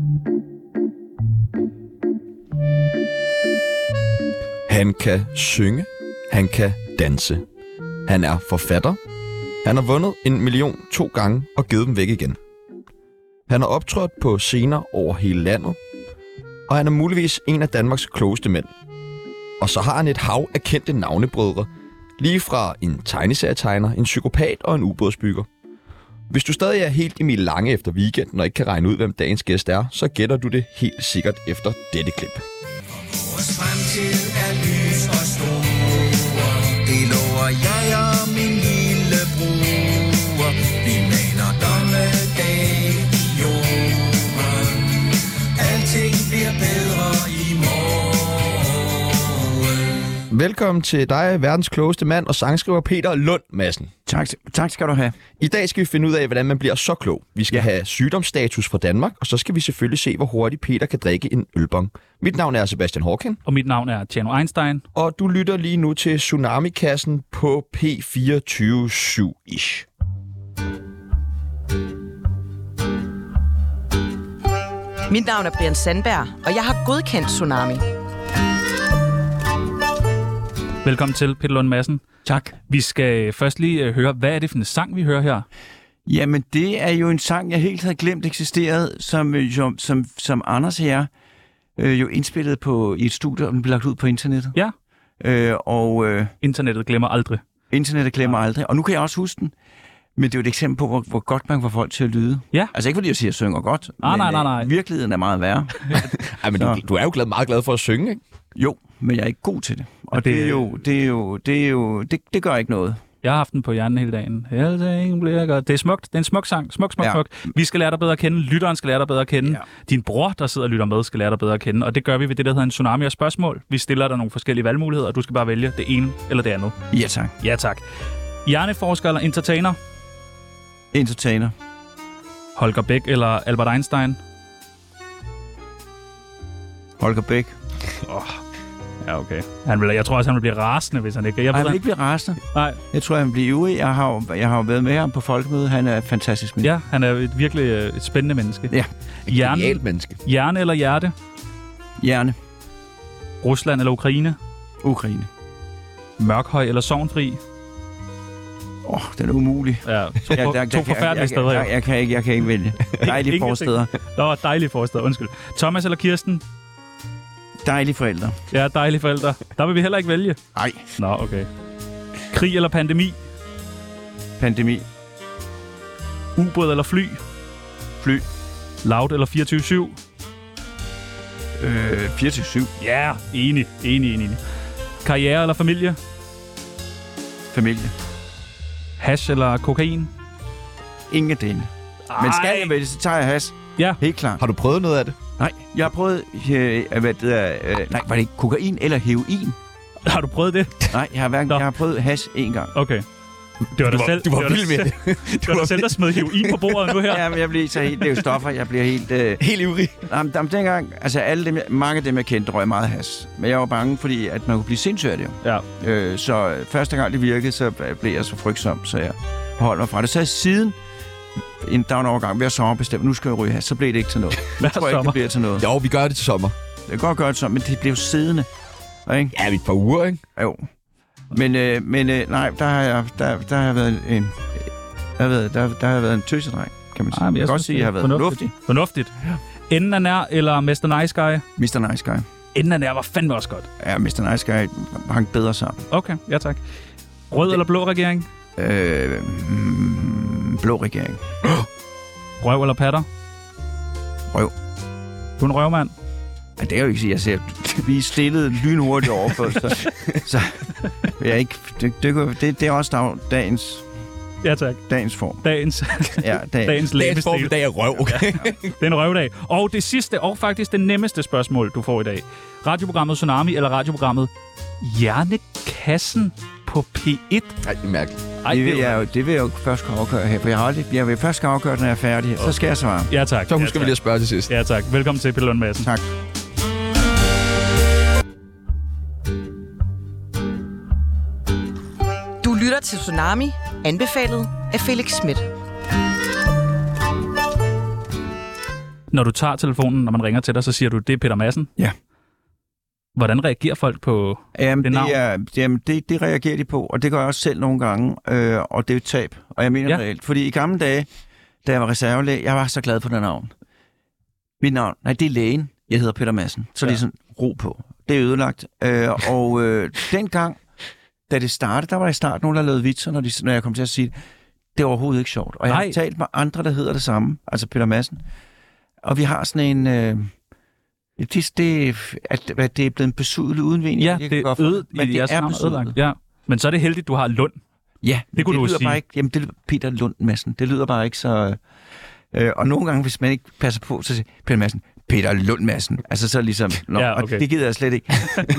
Han kan synge, han kan danse. Han er forfatter. Han har vundet 1 million 2 gange og givet dem væk igen. Han har optrådt på scener over hele landet, og han er muligvis en af Danmarks klogeste mænd. Og så har han et hav af kendte navnebrødre, lige fra en tegneserietegner, en psykopat og en ubådsbygger. Hvis du stadig er helt Emil Lange efter weekenden og ikke kan regne ud, hvem dagens gæst er, så gætter du det helt sikkert efter dette klip. Vores fremtid er lys og stor. Det lover jeg og min lille bror. Vi maner dommedag i jorden. Alting bliver bedre i morgen. Velkommen til dig, verdens klogeste mand og sangskriver Peter Lund Madsen. Tak skal du have. I dag skal vi finde ud af, hvordan man bliver så klog. Vi skal have sygdomsstatus fra Danmark, og så skal vi selvfølgelig se, hvor hurtigt Peter kan drikke en ølbong. Mit navn er Sebastian Horken. Og mit navn er Tjerno Einstein. Og du lytter lige nu til Tsunami-kassen på P24/7-ish. Mit navn er Brian Sandberg, og jeg har godkendt Tsunami. Velkommen til, Peter Lund Madsen. Tak. Vi skal først lige høre, hvad er det for en sang, vi hører her? Jamen, det er jo en sang, jeg helt havde glemt eksisterede, som Anders her jo indspillede i et studie, og den blev lagt ud på internettet. Ja. Internettet glemmer aldrig. Internettet glemmer aldrig. Og nu kan jeg også huske den. Men det er jo et eksempel på, hvor godt man får folk til at lyde. Ja. Altså ikke fordi jeg siger, at jeg synger godt, Nej. Virkeligheden er meget værre. Ej, men du er jo meget glad for at synge, ikke? Jo, men jeg er ikke god til det. Og det gør ikke noget. Jeg har haft den på hjernen hele dagen. Alting bliver godt. Det er smukt. Det er en smuk sang. Smuk. Vi skal lære dig bedre at kende. Lytteren skal lære dig bedre at kende. Ja. Din bror, der sidder og lytter med, skal lære dig bedre at kende. Og det gør vi ved det, der hedder en tsunami af spørgsmål. Vi stiller dig nogle forskellige valgmuligheder, og du skal bare vælge det ene eller det andet. Ja, tak. Ja, tak. Hjerneforsker eller entertainer? Entertainer. Holger Bæk eller Albert Einstein? Holger Bæk. Ja, okay. Jeg tror også, han vil blive rasende, hvis han ikke... Han vil ikke blive rasende. Nej. Jeg tror, han vil blive ivrig. Jeg har jo været med ham på folkemødet. Han er fantastisk menneske. Ja, han er virkelig et spændende menneske. Ja. Genialt menneske. Hjerne eller hjerte? Hjerne. Rusland eller Ukraine? Ukraine. Mørkhøj eller Sorgenfri? Den er umulig. Ja, to forfærdelige steder. Jeg kan ikke vælge. Dejlige forsteder. Dejlige forsteder, undskyld. Thomas eller Kirsten? Dejlige forældre. Ja, dejlige forældre. Der vil vi heller ikke vælge. Nej. Nå, okay. Krig eller pandemi? Pandemi. Ubåd eller fly? Fly. Loud eller 24/7? 24/7. Ja, enig. Karriere eller familie? Familie. Hash eller kokain? Ingen af delene. Men skal jeg vælge, så tager jeg hash. Ja. Helt klart. Har du prøvet noget af det? Nej, jeg har prøvet, var det ikke kokain eller heroin? Har du prøvet det? Nej, jeg har prøvet hash 1 gang. Okay. Du var vild med det. Du var selv, der smed heroin på bordet nu her. Ja, men jeg bliver så helt... Det er jo stoffer, jeg bliver helt... Helt ivrig. Jamen, dengang... Altså, mange af dem, jeg kendte, røg meget hash. Men jeg var bange, fordi at man kunne blive sindssyg af det jo. Ja. Så første gang det virkede, så blev jeg så frygtsom, så jeg holdt mig fra det. Så siden... Der var en overgang, hver sommer bestemt, nu skal jeg ryge hash, så blev det ikke til noget. Jeg tror ikke, det bliver til noget. Jo, vi gør det til sommer. Det kan godt gøre det sådan, men det blev siddende. Ikke? Ja, et par uger, ikke? Jo. Men nej, der har jeg været en... Der har jeg været en tøsedreng, kan man sige. Jeg kan godt sige, at jeg har været fornuftigt. Ja. Enden af nær eller Mr. Nice Guy? Mr. Nice Guy. Enden af nær var fandme også godt. Ja, Mr. Nice Guy hang bedre sammen. Okay, ja tak. Rød eller blå regering? Blå regering. Røv eller patter? Røv. Du er en røvmand? Ja, det kan jeg jo ikke sige. Jeg ser, vi er stillet lynhurtigt overfor, så jeg ikke... Det er også dagens... Ja, tak. Dagens form. Dagens Dagens form i dag er røv, okay? Ja. Det er en røvdag. Og det sidste, og faktisk det nemmeste spørgsmål, du får i dag. Radioprogrammet Tsunami eller radioprogrammet Hjernekassen på P1? Nej, det er mærkeligt. Det vil jeg jo først afgøre her, for jeg vil først afgøre, når jeg er færdig. Så skal jeg svare. Ja, tak. Så husker vi lige at spørge til sidst. Ja, tak. Velkommen til, Peter Lund Madsen. Tak. Du lytter til Tsunami, anbefalet af Felix Schmidt. Når du tager telefonen, når man ringer til dig, så siger du, det er Peter Madsen? Ja. Hvordan reagerer folk på det navn? Det reagerer de på, og det gør jeg også selv nogle gange, og det er et tab. Og jeg mener reelt, fordi i gamle dage, da jeg var reservelæge, jeg var så glad for det navn. Mit navn, det er lægen. Jeg hedder Peter Madsen. Så det er sådan, ro på. Det er ødelagt. Dengang, da det startede, der var der i starten nogen, der lavede vitser, når jeg kom til at sige det er overhovedet ikke sjovt. Og jeg har talt med andre, der hedder det samme, altså Peter Madsen. Og vi har sådan en... det er blevet besudlet uden vind. Ja, det er øde, men det er besudlet. Ja. Men så er det heldigt, du har Lund. Ja, det kunne du lyder sige. Bare ikke, jamen, det lyder Peter Lund Madsen. Det lyder bare ikke så... og nogle gange, hvis man ikke passer på, så siger Peter Madsen, Peter Lund Madsen. Altså så ligesom... okay. Og det gider jeg slet ikke.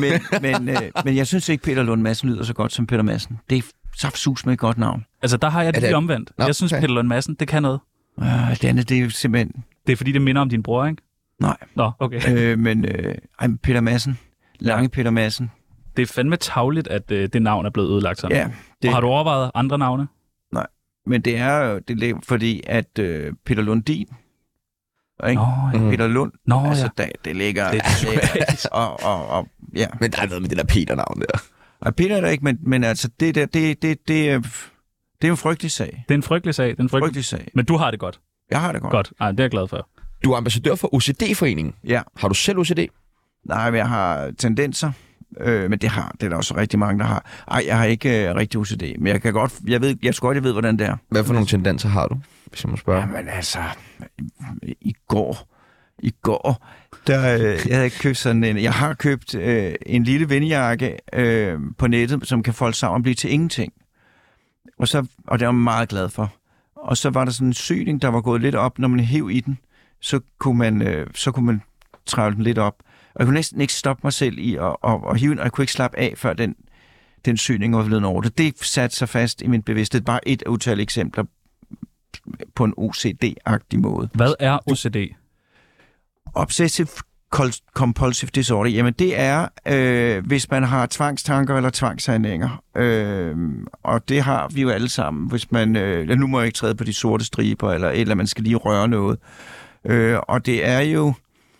men jeg synes ikke, Peter Lund Madsen lyder så godt som Peter Madsen. Det er saftsus med et godt navn. Altså der har jeg det lige omvendt. Jeg synes, Peter Lund Madsen, det kan noget. Det andet, det er jo simpelthen... Det er fordi, det minder om din bror, ikke? Nej. Nå, okay. Peter Madsen. Lange Peter Madsen. Det er fandme tarveligt, at det navn er blevet ødelagt sådan. Ja. Og har du overvejet andre navne? Nej, men det er jo fordi, at Peter Lundin, ikke? Peter Lund, det ligger... Det er ja. Men der er noget med det der Peter-navn der. Og Peter er der ikke, men altså, det er en frygtelig sag. Det er en frygtelig sag. Men du har det godt. Jeg har det godt. Godt. Ej, det er jeg glad for. Du er ambassadør for OCD-foreningen. Ja. Har du selv OCD? Nej, men jeg har tendenser. Men det er der også rigtig mange, der har. Ej, jeg har ikke rigtig OCD, men jeg tror godt, jeg ved, hvordan det er. Hvad for nogle tendenser har du, hvis jeg må spørge? Jamen altså, i går, der jeg havde købt sådan jeg har købt en lille vindjakke på nettet, som kan folde sammen og blive til ingenting. Og det var jeg meget glad for. Og så var der sådan en syning, der var gået lidt op, når man hev i den, så kunne man trævle den lidt op. Og jeg kunne næsten ikke stoppe mig selv i at hive den, og jeg kunne ikke slappe af, før den syning var blevet over det. Det satte sig fast i min bevidsthed. Bare et utal eksempler på en OCD-agtig måde. Hvad er OCD? Obsessive Compulsive Disorder. Jamen det er, hvis man har tvangstanker eller tvangshandlinger. Og det har vi jo alle sammen. Hvis man, nu må jeg ikke træde på de sorte striber, eller man skal lige røre noget. Og det er jo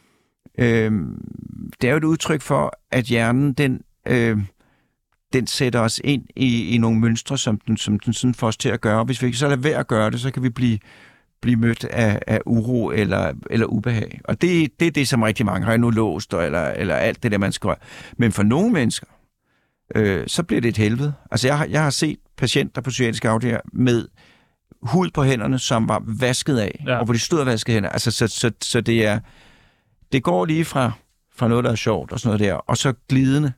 et udtryk for, at hjernen, den sætter os ind i nogle mønstre, som den sådan får os til at gøre. Hvis vi ikke så lader være at gøre det, så kan vi blive mødt af uro eller ubehag. Og det er det, som rigtig mange har nu låst, eller alt det der, man skal gøre. Men for nogle mennesker, så bliver det et helvede. Altså, jeg har set patienter på psykiatriske afdelinger med hud på hænderne, som var vasket af, og hvor de stod og vaskede hænder. Altså, så det går lige fra noget, der er sjovt og sådan noget der, og så glidende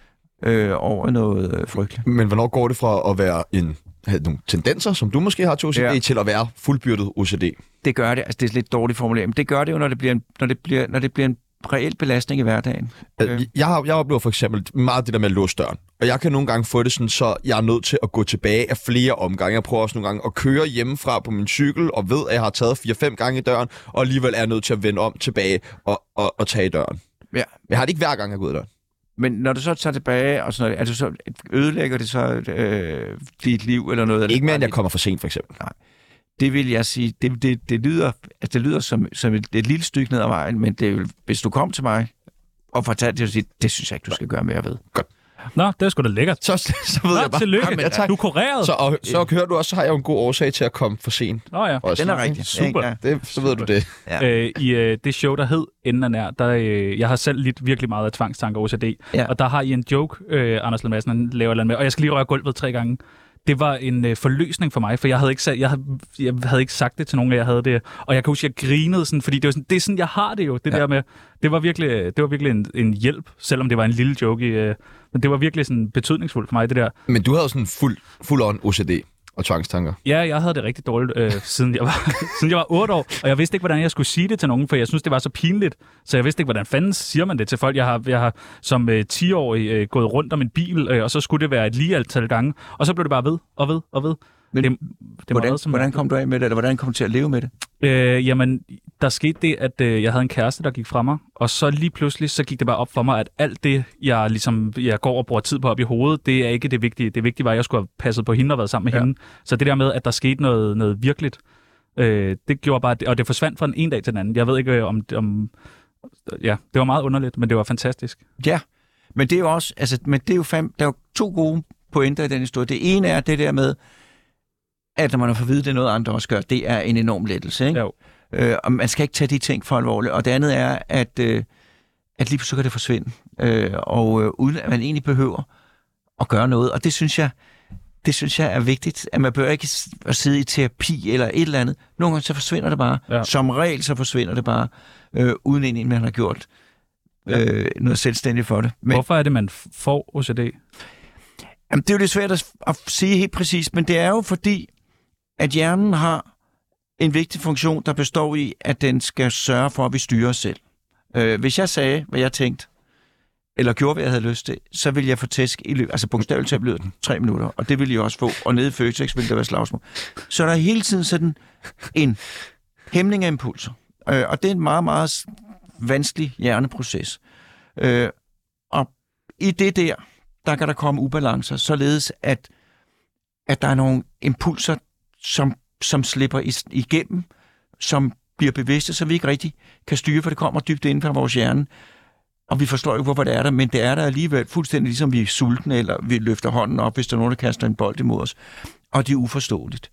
over noget frygteligt. Men hvornår går det fra at være nogle tendenser, som du måske har til OCD, til at være fuldbyrdet OCD? Det gør det. Altså, det er lidt dårligt formuleret, men det gør det jo, når det bliver en reel belastning i hverdagen. Jeg oplever for eksempel meget det der med at låse døren. Og jeg kan nogle gange få det sådan, så jeg er nødt til at gå tilbage af flere omgange. Jeg prøver også nogle gange at køre hjemmefra på min cykel, og ved, at jeg har taget 4-5 gange i døren, og alligevel er jeg nødt til at vende om tilbage og tage i døren. Ja. Men jeg har det ikke hver gang, jeg går ud af døren. Men når du så tager tilbage, og sådan noget, så ødelægger det så dit liv eller noget? Ikke mere, end jeg kommer for sent, for eksempel. Nej. Det vil jeg sige, det lyder som et lille stykke ned ad vejen, men det er jo, hvis du kom til mig og fortalte det, det synes jeg ikke, du skal gøre mere ved. Godt. Nå, det er sgu da lækkert. Så ved jeg bare. Tillykke. Du er kureret. Så hører du også, så har jeg jo en god årsag til at komme for sent. Ja. Også. Den er rigtig. Super. Ja, så ved du det. Ja. I det show, der hed Enden af nær, der jeg har selv lidt virkelig meget af tvangstanker OCD. Ja. Og der har I en joke, Anders Lund Madsen, han laver noget med, og jeg skal lige røre gulvet 3 gange. Det var en forløsning for mig, for jeg havde ikke sagt det til nogen, at jeg havde det. Og jeg kan huske, at jeg grinede sådan, fordi det er sådan, jeg har det jo. Det der med, det var virkelig en hjælp, selvom det var en lille joke. Men det var virkelig sådan betydningsfuldt for mig, det der. Men du havde sådan fuld on OCD og tvangstanker? Ja, jeg havde det rigtig dårligt, siden jeg var 8 år. Og jeg vidste ikke, hvordan jeg skulle sige det til nogen, for jeg synes, det var så pinligt. Så jeg vidste ikke, hvordan fanden siger man det til folk. Jeg har som 10-årig gået rundt om en bil, og så skulle det være et lige antal gange. Og så blev det bare ved. Men hvordan kom du af med det, eller hvordan kom du til at leve med det? Jamen, der skete det, at jeg havde en kæreste, der gik fra mig, og så lige pludselig, så gik det bare op for mig, at alt det, jeg går og bruger tid på op i hovedet, det er ikke det vigtige. Det vigtige var, at jeg skulle have passet på hende og været sammen med hende. Så det der med, at der skete noget virkeligt, Det gjorde bare, og det forsvandt fra den ene dag til den anden. Jeg ved ikke om ja, det var meget underligt, men det var fantastisk. Ja, men det er jo også, altså, men det er jo der er jo 2 gode pointer i den historie. Det ene er det der med, at når man har fået at vide, det er noget andre også gør, det er en enorm lettelse, ikke? Jo. Og man skal ikke tage de ting for alvorligt. Og det andet er, at lige pludselig kan det forsvinde, uden at man egentlig behøver at gøre noget. Og det synes jeg er vigtigt, at man behøver ikke at sidde i terapi eller et eller andet. Nogle gange så forsvinder det bare. Ja. Som regel så forsvinder det bare, uden egentlig man har gjort noget selvstændigt for det. Men, hvorfor er det, man får OCD? Jamen, det er jo lidt svært at sige helt præcist, men det er jo fordi, at hjernen har en vigtig funktion, der består i, at den skal sørge for, at vi styrer os selv. Hvis jeg sagde, hvad jeg tænkte, eller gjorde, hvad jeg havde lyst til, så ville jeg få tæsk i løbet, altså bogstaveligt talt blev det 3 minutter, og det ville jeg også få, og nede i Føtex ville der være slagsmål. Så der er hele tiden sådan en hæmning af impulser, og det er en meget, meget vanskelig hjerneproces. Og i det der kan der komme ubalancer, således at der er nogle impulser, som slipper igennem, som bliver bevidste, så vi ikke rigtig kan styre, for det kommer dybt inden fra vores hjerne. Og vi forstår jo, hvorfor det er der, men det er der alligevel fuldstændig ligesom vi er sultne, eller vi løfter hånden op, hvis der er nogen, der kaster en bold imod os. Og det er uforståeligt.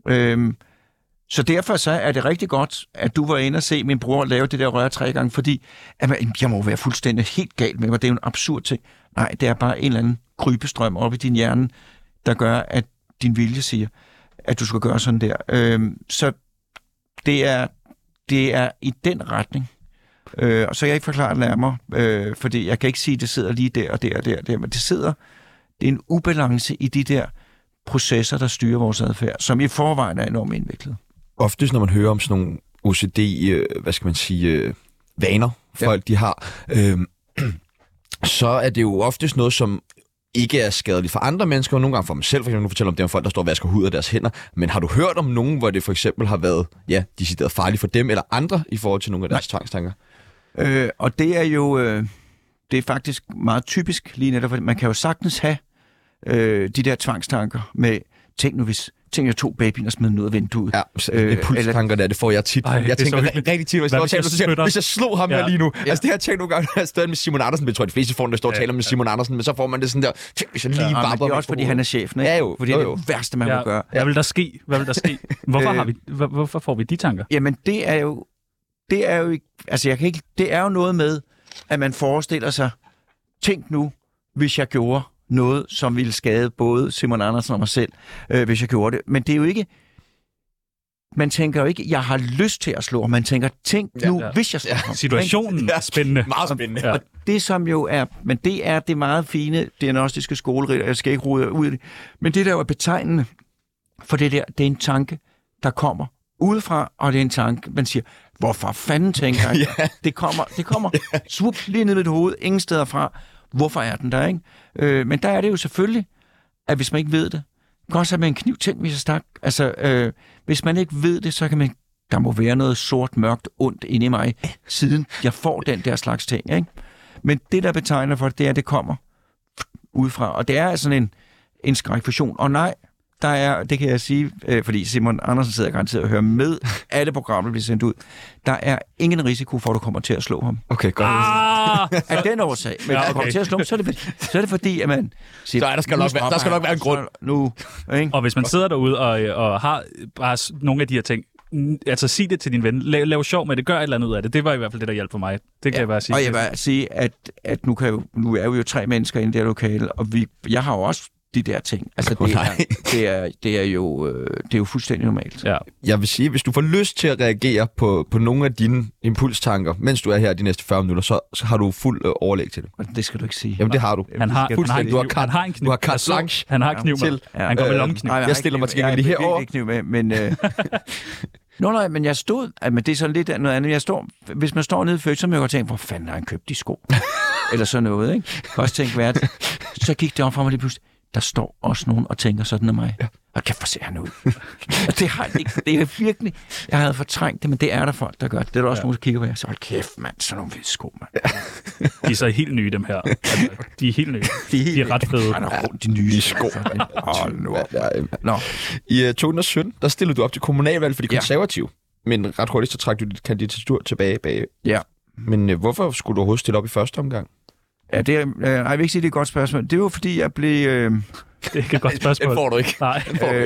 Så derfor så er det rigtig godt, at du var inde og se min bror lave det der rør 3 gange, fordi jeg må være fuldstændig helt galt med mig. Det er jo en absurd ting. Nej, det er bare en eller anden krybestrøm op i din hjerne, der gør, at din vilje siger, at du skal gøre sådan der. Så det er i den retning. Og så kan jeg ikke forklare det nærmere, fordi jeg kan ikke sige, at det sidder lige der og der og der, men det er en ubalance i de der processer, der styrer vores adfærd, som i forvejen er enormt indviklet. Oftest, når man hører om sådan nogle OCD, vaner, folk de har, så er det jo oftest noget, som ikke er skadeligt for andre mennesker, og nogle gange for mig selv, for eksempel nu fortæller om det om folk, der står og vasker hud af deres hænder, men har du hørt om nogen, hvor det for eksempel har været, decideret farligt for dem eller andre i forhold til nogle af deres tvangstanker? Og det er jo, det er faktisk meget typisk lige netop, fordi man kan jo sagtens have de der tvangstanker med, tænk jeg tog babyen og smed den ud af vinduet. Ja, impulstanker der, det får jeg tit. Jeg tænker rigtig tit, hvis jeg slog ham her lige nu. Altså det her tænkt nogle gange, jeg stod med Simon Andersen, jeg tror de fleste får, der står og taler med Simon Andersen, men så får man det sådan der, hvis jeg lige varper. Det er også fordi han er chefen, ikke? Ja jo. Fordi det er det værste, man må gøre. Hvad vil der ske? Hvorfor får vi de tanker? Jamen det er jo altså det er jo noget med, at man forestiller sig, tænk nu, hvis jeg gjorde noget, som ville skade både Simon Andersen og mig selv, hvis jeg gjorde det. Men det er jo ikke... Man tænker jo ikke, jeg har lyst til at slå. Man tænker, tænk nu, hvis jeg slår ham. Situationen er spændende. Meget spændende. Og det som jo er... Men det er det meget fine diagnostiske skolerit, jeg skal ikke rode ud i det. Men det der er betegnende for det der, det er en tanke, der kommer udefra, og det er en tanke, man siger, hvorfor fanden tænker jeg? Det kommer svup lige ned med det hoved, ingen steder fra. Hvorfor er den der, ikke? Men der er det jo selvfølgelig, at hvis man ikke ved det, kan også have med en kniv tændt, hvis jeg stak. Altså, hvis man ikke ved det, så kan man... Der må være noget sort, mørkt, ondt inde i mig, siden jeg får den der slags ting, ikke? Men det, der betegner for det, det er, at det kommer udefra. Og det er sådan en skrækfusion. Og nej, der er, det kan jeg sige, fordi Simon Andersen sidder garanteret og hører med, alle programmer bliver sendt ud. Der er ingen risiko for, at du kommer til at slå ham. Okay, godt. Af den årsag. Men hvis du kommer til at slå ham, så er det fordi, at man siger... Så der skal nok være en grund. Nu, ikke? Og hvis man sidder derude og har bare nogle af de her ting, altså sig det til din ven, lav sjov med det, gør et eller andet ud af det. Det var i hvert fald det, der hjalp for mig. Det kan jeg bare sige. Og jeg vil sige, at nu er vi jo 3 mennesker inde i det her lokale, og jeg har jo også de der ting. Altså, det er jo fuldstændig normalt. Ja. Jeg vil sige, hvis du får lyst til at reagere på nogle af dine impulstanker, mens du er her de næste 40 minutter, så har du fuld overlæg til det. Og det skal du ikke sige. Jamen, det har du. Han har en kniv. Du har carte blanche. Han har kniv med. Han går med lommekniv. Jeg stiller mig til gengæld lige herovre. Jeg har kniv med, men... Nej, men jeg stod... Men det er sådan lidt noget andet. Hvis man står nede i Føtex, så må jeg godt tænke, hvor fanden har han købt de sko? Eller sådan noget, ikke? Jeg kan også tænke, så gik det op for mig lige pludselig. Der står også nogen og tænker sådan af mig. Ja. Og kæft, hvor ser han ud. Og det er virkelig... Jeg havde fortrængt det, men det er der folk, der gør det. Det er der også nogen, der kigger på jer og siger, hold kæft, mand, sådan nogle hvide sko, mand. De er så helt nye, dem her. Altså, de er helt nye. De er ret fede. Han har rundt de nye sko. Hold nu op. Nå. I 2017, der stillede du op til kommunalvalg for de konservative. Men ret hurtigt, så trak du dit kandidatur tilbage bag. Ja. Men hvorfor skulle du overhovedet stille op i første omgang? Ja, det er, jeg vil ikke sige, det er et godt spørgsmål. Det var, fordi jeg blev... Det er ikke et godt spørgsmål. Den får du ikke. Nej.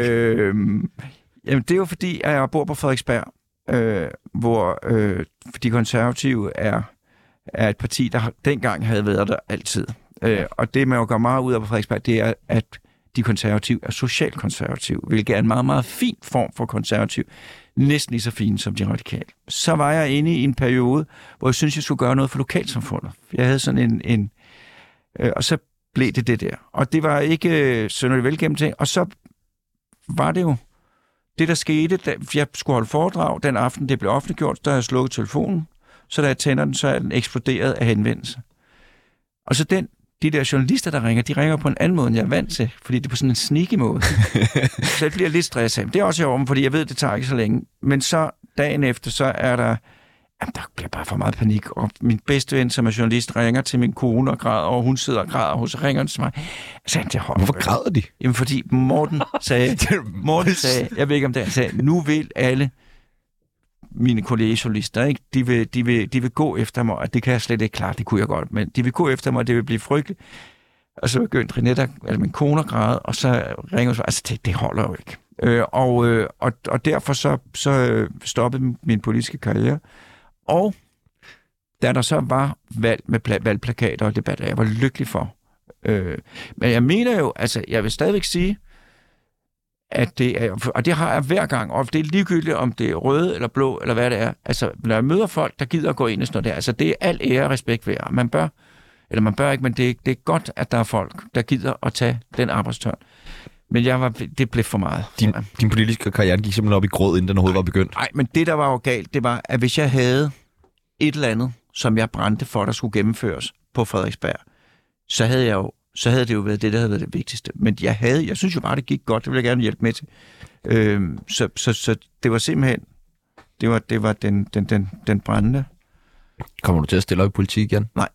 Jamen, det er jo, fordi jeg bor på Frederiksberg, hvor de konservative er et parti, der dengang havde været der altid. Og det, man jo gør meget ud af på Frederiksberg, det er, at de konservative er socialkonservative, hvilket er en meget, meget fin form for konservativ. Næsten lige så fin som de radikale. Så var jeg inde i en periode, hvor jeg synes, jeg skulle gøre noget for lokalsamfundet. Jeg havde sådan en og så blev det der. Og det var ikke synderligt velgennemtænkt. Og så var det jo det, der skete, da jeg skulle holde foredrag den aften, det blev offentliggjort, der havde jeg slukket telefonen. Så da jeg tænder den, så er den eksploderet af henvendelse. Og så de der journalister, der ringer, de ringer på en anden måde, end jeg er vant til, fordi det er på sådan en sneaky måde. Så jeg bliver lidt stresset. Det er også i orden, fordi jeg ved, det tager ikke så længe. Men så dagen efter, så er der bliver bare for meget panik. Og min bedste ven, som er journalist, ringer til min kone og græder, og hun sidder og græder, og så ringer hun til mig. Hvorfor græder de? Jamen, fordi Morten sagde, jeg ved ikke om det, han sagde, nu vil alle mine kollegejournalister, ikke? De vil gå efter mig, og det kan jeg slet ikke klare, det kunne jeg godt, men de vil gå efter mig, og det vil blive frygteligt. Og så begyndte Renetta, altså min kone, at græde, og så ringer hun, altså det holder jo ikke. Og derfor så stoppede min politiske karriere. Og da der så var valg med valgplakater og debatter, jeg var lykkelig for. Men jeg mener jo, altså jeg vil stadigvæk sige, at det er, og det har jeg hver gang, og det er ligegyldigt, om det er røde eller blå, eller hvad det er. Altså, når jeg møder folk, der gider at gå ind i sådan noget der, altså det er al ære og respekt værd. Man bør ikke, men det er godt, at der er folk, der gider at tage den arbejdstørn. Men det blev for meget. Din politiske karriere gik simpelthen op i grød, inden den overhovedet var begyndt. Nej, men det, der var jo galt, det var, at hvis jeg havde et eller andet, som jeg brændte for, der skulle gennemføres på Frederiksberg, så havde det jo været det, der havde været det vigtigste. Men jeg synes jo bare, det gik godt. Det ville jeg gerne hjælpe med til. Så det var simpelthen, det var den brændende. Kommer du til at stille op i politik igen? Nej.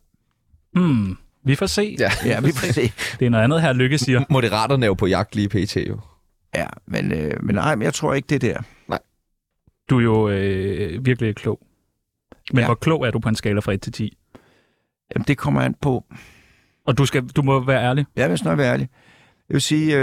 Vi får se. Ja, vi får se. Det er noget andet, her Lykke siger. Moderaterne er jo på jagt lige pt. jo. Ja, men nej, men jeg tror ikke, det der. Nej. Du er jo virkelig klog. Men hvor klog er du på en skala fra 1 til 10? Jamen, det kommer an på. Og du må være ærlig. Ja, jeg skal være ærlig. Jeg vil sige,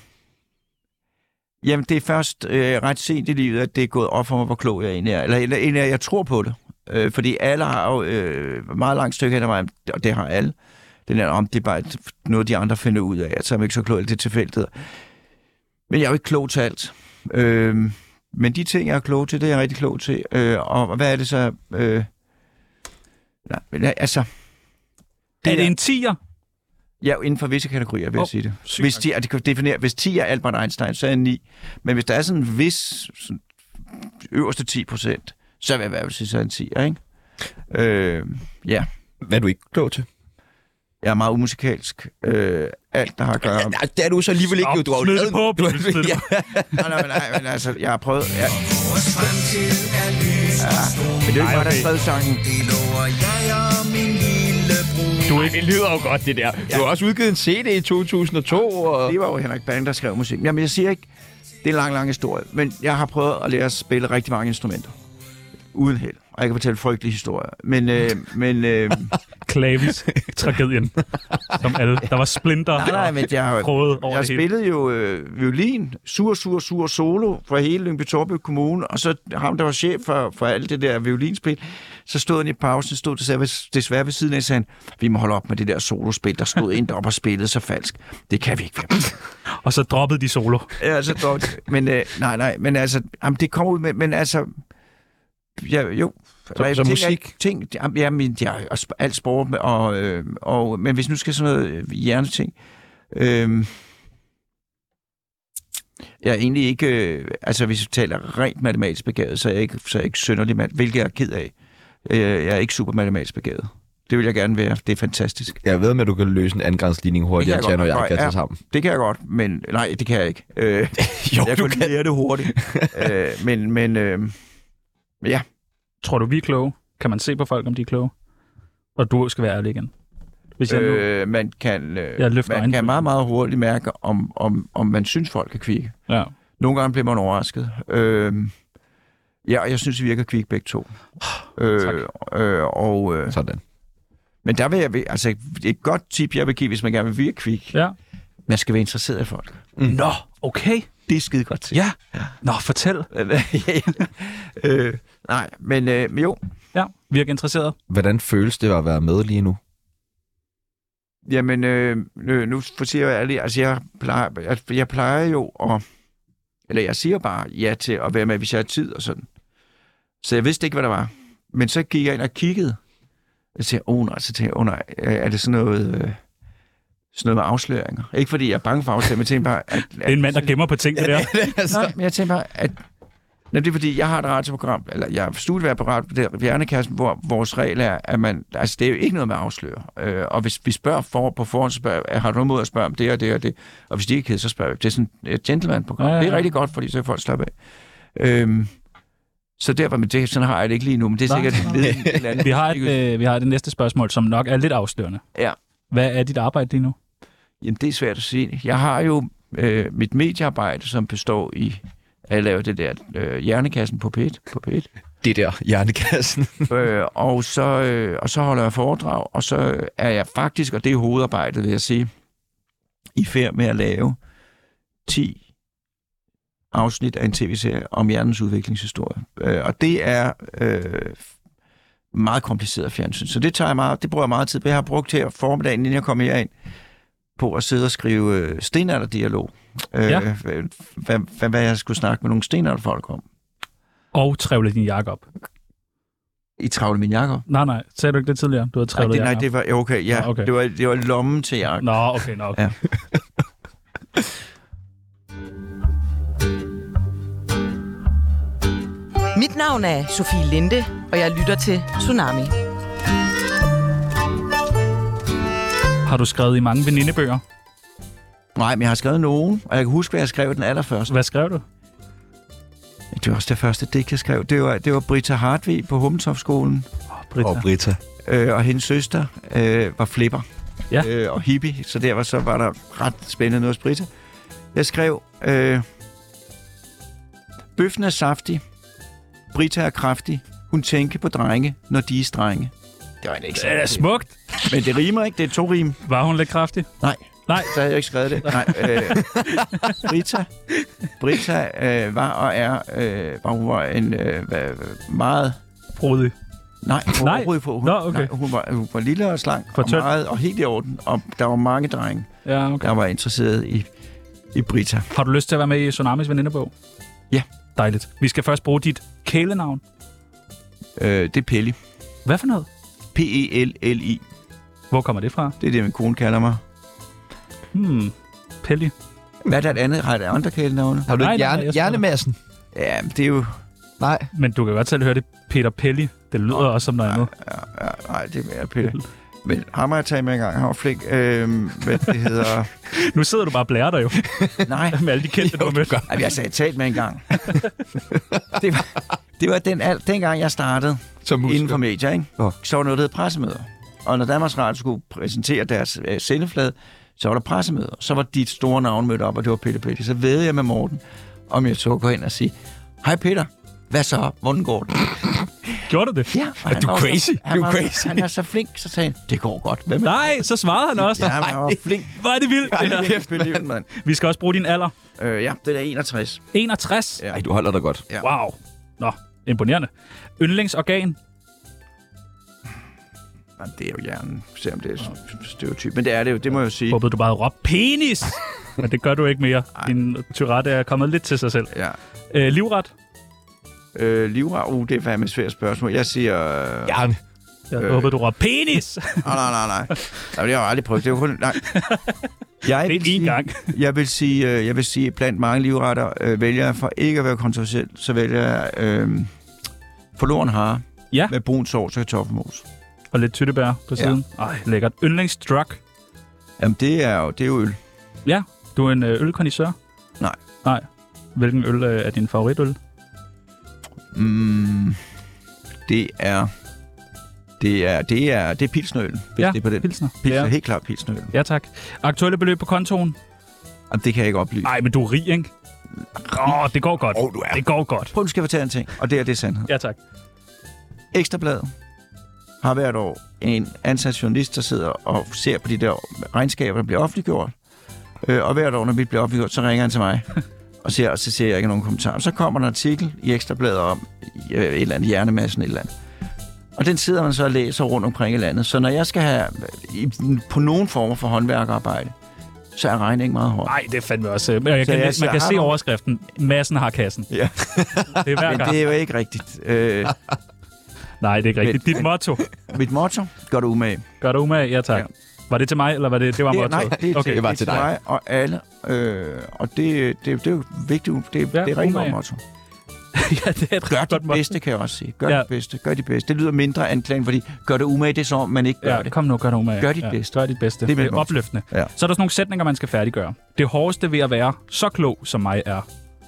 jamen det er først ret sent i livet, at det er gået op for mig, hvor klog jeg egentlig er. Eller jeg tror på det. Fordi alle har jo meget langt stykke hen ad vejen, og det har alle. Det er bare noget, de andre finder ud af, så er man ikke så klog, det er tilfældigheder. Men jeg er jo ikke klog til alt. Men de ting, jeg er klog til, det er jeg rigtig klog til. Og hvad er det så? Altså... Er det en 10'er? Ja, inden for visse kategorier, vil jeg sige det. Hvis 10 er Albert Einstein, så er jeg 9. Men hvis der er sådan en vis sådan, øverste 10%, så vil jeg være sige, så er en 10'er, ikke? Ja. Hvad er du ikke klog til? Jeg er meget umusikalsk. Alt, der har at gøre... Ja, det er du så alligevel ikke. Du har jo på. Nej, men altså, jeg har prøvet... Ja. Vores fremtid er lys og stor. Men det er jo ikke mig, der har skrevet sangen. Det lover jeg og min lillebror. Det lyder jo godt, det der. Du har også udgivet en CD i 2002. Og... Det var jo Henrik Bang, der skrev musik. Jamen, jeg siger ikke... Det er en lang, lang historie. Men jeg har prøvet at lære at spille rigtig mange instrumenter. Uden held. Og jeg kan fortælle frygtelige historier. Men Clavis, tragedien, som alle. Der var splinter. Nej, men jeg spillede jo violin, sur solo fra hele Lyngby-Taarbæk Kommune, og så ham, der var chef for alt det der violinspil, så stod han i pausen, desværre ved siden af, og sagde, vi må holde op med det der solospil, der stod ind op og spillede så falsk. Det kan vi ikke. Og så droppede de solo. Ja, så droppede men nej, men altså, det kommer ud med, men altså, ja, jo. Så musik? Alt sport, men hvis nu skal sådan noget hjerneting, jeg er egentlig ikke, altså hvis vi taler rent matematisk begavet, så er jeg ikke synderlig hvilket jeg er ked af. Jeg er ikke super matematisk begavet. Det vil jeg gerne være. Det er fantastisk. Jeg ved med, at du kan løse en andengradsligning hurtigere, end Tjerno og jeg kan tage sammen. Det kan jeg godt, men nej, det kan jeg ikke. Jo, jeg du kan kan. lære det hurtigt. Men ja. Tror du, vi er kloge? Kan man se på folk, om de er kloge? Og du skal være ærlig igen. Hvis jeg nu... Man kan man kan meget, meget hurtigt mærke, om man synes, folk er kvikke. Ja. Nogle gange bliver man overrasket. Ja, jeg synes, vi virker kvikke begge to. Sådan. Men der vil jeg... Altså, et godt tip, jeg vil give, hvis man gerne vil virke kvik. Ja. Man skal være interesseret i folk. Nå, okay. Det er skide godt til. Ja. Nå, fortæl. Nej, men jo. Ja, virke interesseret. Hvordan føles det at være med lige nu? Jamen, nu siger jeg ærligt, altså jeg plejer jo at... Eller jeg siger bare ja til at være med, hvis jeg har tid og sådan. Så jeg vidste ikke, hvad der var. Men så gik jeg ind og kiggede. Jeg tænkte, nej, er det sådan noget med afsløringer? Ikke fordi jeg er bange for afsløringer, men jeg tænkte bare... Det er en mand, der gemmer på ting, det der. Nej, men jeg tænkte bare, at... Det er fordi, jeg har et radioprogram, eller jeg har studievært på Hjernekassen, hvor vores regel er, at man... Altså, det er jo ikke noget med at afsløre. Og hvis vi spørger på forhånd, så spørger har du noget mod at spørge om det og det og det? Og hvis de ikke kan, så spørger vi. Det er sådan et gentleman-program. Ja. Det er rigtig godt, fordi så kan folk slappe af. Så derfor, men det, sådan har jeg det ikke lige nu, men det er sikkert et led i et eller andet. Vi har det næste spørgsmål, som nok er lidt afslørende. Ja. Hvad er dit arbejde lige nu? Jamen, det er svært at sige. Jeg har jo mit mediearbejde, som består i at lave det der Hjernekassen på P1. Det der Hjernekassen. Og så holder jeg foredrag, og så er jeg faktisk, og det er hovedarbejdet, vil jeg sige, i færd med at lave 10 afsnit af en tv-serie om hjernens udviklingshistorie. Og det er meget kompliceret fjernsyn. Så det bruger jeg meget tid på. Jeg har brugt her formiddagen, inden jeg kom herind, på at sidde og skrive stenalderdialog. Hvad jeg skulle snakke med nogle stenalderfolk om. Og trævle din jakke op. I travle min jakke op? Nej. Sagde du ikke det tidligere? Du havde trævlet jakke op? Nej, det var... Okay, ja. Okay. Det var lommen til jakken. Nå, okay. Ja. Mit navn er Sofie Linde, og jeg lytter til Tsunami. Har du skrevet i mange venindebøger? Nej, men jeg har skrevet nogen, og jeg kan huske, hvad jeg skrev den allerførste. Hvad skrev du? Det var også det første digt, jeg skrev. Det var Britta Hartvig på Hummeltoftskolen. Britta. Og hendes søster var flipper. Ja. Og hippie, så derfor var der ret spændende noget hos Britta. Jeg skrev, bøffen er saftig, Britta er kraftig, hun tænker på drenge, når de er strenge. Det var ikke Det er smukt. Men det rimer ikke, det er 2 rim. Var hun lidt kraftig? Nej, så havde jeg ikke skrevet det. Nej, Britta var og er, hun var en meget... Frodig. Nej, hun var lille og slank og meget, og helt i orden, og der var mange drenge, der var interesseret i Britta. Har du lyst til at være med i Tsunamis venindebog? Ja. Dejligt. Vi skal først bruge dit kælenavn. Det er Pelli. Hvad for noget? P-E-L-L-I. Hvor kommer det fra? Det er det, min kone kalder mig. Pelli. Hvad er der et andet? Har der andre kælenavne? Har du ikke hjernemassen? Ja, det er jo... Nej. Men du kan godt selv høre det. Peter Pelli. Det lyder også som noget andet. Nej, det er Peter. Men ham har jeg taget med en gang. Han var flink. Hvad det hedder... Nu sidder du bare og blærer dig jo. Nej. Med alle de kendte, du har mødt. Jeg sagde talt med en gang. det var dengang, jeg startede inden for medier, ikke? Så var noget, der hed pressemøder. Og når Danmarks Radio skulle præsentere deres sendeflade, så var der pressemøder. Så var dit store navn mødt op, og det var Peter Pelli. Så ved jeg med Morten, om jeg så gå ind og sige, hej Peter, hvad så? Hvordan går det? Gjorde du det? Ja. Er du crazy? Han er så flink, så sagde han, det går godt. Nej, så svarede han også. Ja, han var flink. Hvor er det vildt. Mand. Vi skal også bruge din alder. Ja, det er 61. 61? Ja. Ej, du holder dig godt. Ja. Wow. Nå, imponerende. Yndlingsorgan? Det er jo hjernen, selvom det er stereotyp. Men det er det jo, det må jeg jo sige. Håbede du bare råbe penis? Men det gør du ikke mere. Din Tourette er kommet lidt til sig selv. Ja. Livret? Livret? Det er fandme et svært spørgsmål. Jeg siger... Hjerne. Jeg håbede, du råbte penis! Nej. Det har jeg aldrig prøvet. Det er jo kun... Nej. Jeg vil sige, blandt mange livretter vælger jeg for ikke at være kontroversiel, så vælger jeg forloren hare med brun sovs og kartoffelmos. Og lidt tyttebær på siden. Ej, lækkert. Yndlingsdrug? Jamen, det er jo øl. Ja, du er en ølkondisør? Nej. Hvilken øl er din favoritøl? Det er pilsnerøl, hvis det er på den. Pilsner. Pilsner, helt klart pilsnerøl. Ja, tak. Aktuelle beløb på kontoen? Jamen, det kan jeg ikke oplyse. Nej, men du er rig, ikke? Det går godt. Du er. Det går godt. Prøv, du skal fortælle en ting, og det er sandhed. Ja, tak. Ekstrabladet har hvert år en ansat journalist, der sidder og ser på de der regnskaber, der bliver offentliggjort. Og hvert år, når vi bliver offentliggjort, så ringer han til mig og så ser jeg ikke nogen kommentarer. Så kommer der en artikel i Ekstrabladet om et eller andet hjernemassen, et eller andet. Og den sidder man så og læser rundt omkring i landet. Så når jeg skal have på nogen former for håndværkerarbejde, så er regningen meget hård. Nej, det er fandme også. Man kan se overskriften. Massen har kassen. Ja. Det er Men det er jo ikke rigtigt. Nej, det er ikke rigtigt. Dit motto? Mit motto? Gør det umage. Gør det umage? Ja, tak. Ja. Var det til mig, eller var det var mottoet? Nej, det var til dig. Mig og alle. Og det er jo vigtigt. Det er rigtig godt motto. Ja, det er et gør det bedste, kan jeg også sige. Gør det bedste. Gør det bedste. Det lyder mindre anklagende, fordi gør det umage, det er så, man ikke gør det. Kom nu, gør det umage. Gør dit bedste. Gør dit bedste. Det er opløftende. Ja. Så er der sådan nogle sætninger, man skal færdiggøre. Det hårdeste ved at være så klog, som mig er.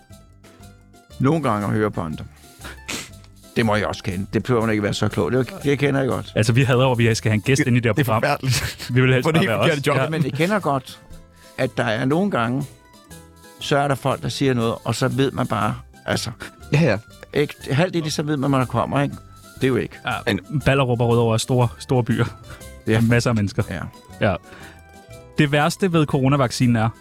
Nogle gange at høre på andre. Det må jeg også kende. Det behøver man ikke være så klog. Det kender jeg godt. Altså, vi hader over, at vi skal have en gæst ind i det her program. Det er forfærdeligt. Vi vil helst bare være os. Ja. Men jeg kender godt, at der er nogle gange, så er der folk, der siger noget, og så ved man bare, altså... Ja. Ikke, halvt i det, så ved man, der kommer, ikke? Det er jo ikke. Ja, Ballerup og Rødovre er store byer. Ja. Masser af mennesker. Ja. Det værste ved coronavaccinen er?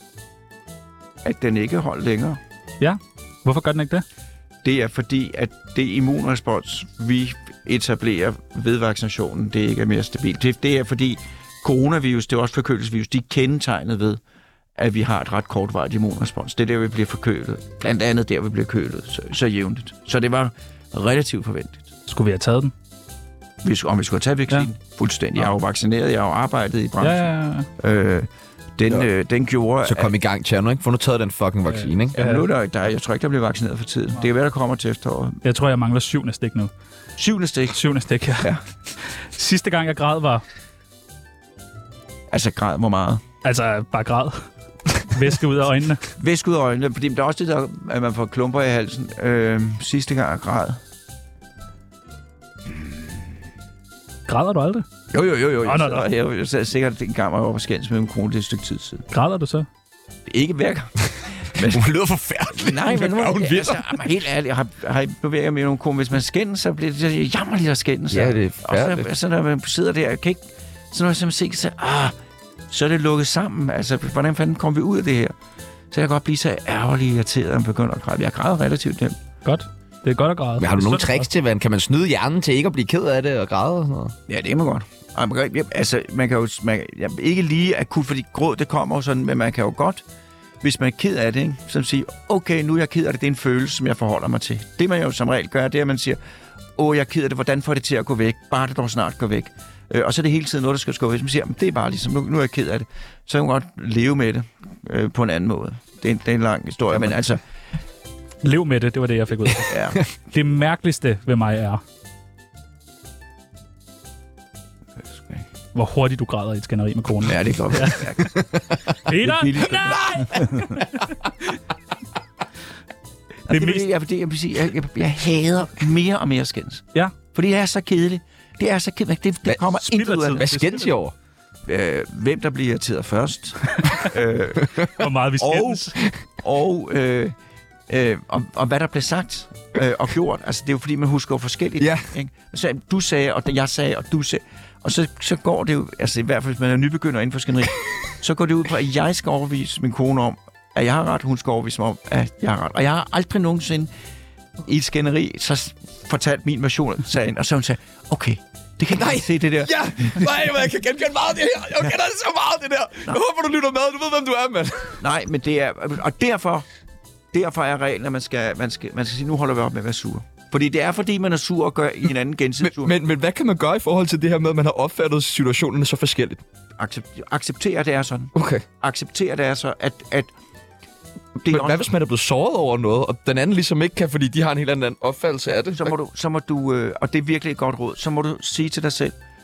At den ikke holder længere. Ja. Hvorfor gør den ikke det? Det er fordi, at det immunrespons, vi etablerer ved vaccinationen, det ikke er mere stabilt. Det er fordi, coronavirus, det er også forkølelsesvirus, de er kendetegnet ved, at vi har et ret kortvarigt immunrespons. Det er der, vi bliver forkølet. Blandt andet der, vi bliver kølet så jævnligt. Så det var relativt forventeligt. Skulle vi have taget den? Om vi skulle have taget vaccinen? Ja. Fuldstændig. Jeg er jo vaccineret, jeg har jo arbejdet i branchen. Ja. Den gjorde... Så kom i gang, Tjerno, ikke? Få nu taget den fucking vaccine, ikke? Ja, nu jeg tror ikke, der bliver vaccineret for tiden. Det kan være, der kommer til efteråret. Jeg tror, jeg mangler 7. stik nu. 7. stik? 7. stik, ja. Sidste gang, jeg græd var... Altså, græd hvor meget? Altså, bare græd. Væske ud af øjnene. Væske ud af øjnene, fordi der er også det der, at man får klumper i halsen. Sidste gang, jeg græd. Græder du aldrig? Jo. Jeg sad sikkert en gang, hvor jeg var på skændes med min kone, det er et stykke tid siden. Græder du så? Ikke hver gang. Hun lyder forfærdeligt. Nej, men helt ærligt, jeg har bevæget med nogle kone. Hvis man skændes, så bliver det jammerligt at skændes. Ja, det er forfærdeligt. Og så når man sidder der, kan ikke... Så når jeg simpelthen ser, så er det lukket sammen. Altså, hvordan fanden kommer vi ud af det her? Så jeg kan godt blive så ærgerlig irriteret, og begynder at græde. Jeg græder relativt nemt. Godt. Det er godt at græde. Men har du nogle tricks til, hvordan kan man snyde hjernen til ikke at blive ked af det og græde og sådan noget? Ja, det er man godt. Altså, man kan jo... ikke lige akut, fordi gråd, det kommer jo sådan, men man kan jo godt, hvis man er ked af det, ikke? Så sige, okay, nu er jeg ked af det, det er en følelse, som jeg forholder mig til. Det man jo som regel gør, det er, at man siger, jeg er ked af det, hvordan får det til at gå væk? Bare det dog snart går væk. Og så er det hele tiden noget, der skal gå væk. Hvis man siger, det er bare ligesom, nu er jeg ked af det. Så kan man godt leve med det på en anden måde. Det er en lang historie, men altså... Lev med det var det, jeg fik ud af. Ja. Det mærkeligste ved mig er... Hvor hurtigt du græder i et skænderi med konen. Ja, det er godt. Ja. Peter! Nej! Jeg hader mere og mere skændes. Ja. Fordi det er så kedeligt. Det er så kedeligt. Det kommer intet ud af det. Hvad skændes I over? Hvem der bliver irriteret først. Hvor meget vi skændes. Og hvad der blev sagt og gjort. Altså, det er jo fordi, man husker forskelligt. Ja. Ikke? Så du sagde, og jeg sagde, og du sagde. Og så går det jo, altså i hvert fald, hvis man er nybegynder inden for skænderi, så går det ud på, at jeg skal overbevise min kone om, at jeg har ret, hun skal overbevise mig om, at jeg har ret. Og jeg har aldrig nogensinde i et skænderi så fortalt min version af sagen, og så hun sagde, okay, det kan jeg se det der. Ja, nej, jeg kan genkende meget det her. Jeg kender det så meget, det der. Jeg håber, du lytter med. Du ved, hvem du er, mand. Nej, men det er... Og derfor er reglen, at man skal sige, nu holder vi op med at være sur. Fordi det er, fordi man er sur og gør i en anden gensidig sur. Men hvad kan man gøre i forhold til det her med, at man har opfattet situationerne så forskelligt? Acceptere, det er sådan. Okay. Acceptere, det er så, at men hvad hvis man er blevet såret over noget, og den anden ligesom ikke kan, fordi de har en helt anden opfattelse af det? Så må du og det er virkelig et godt råd, så må du sige til dig selv,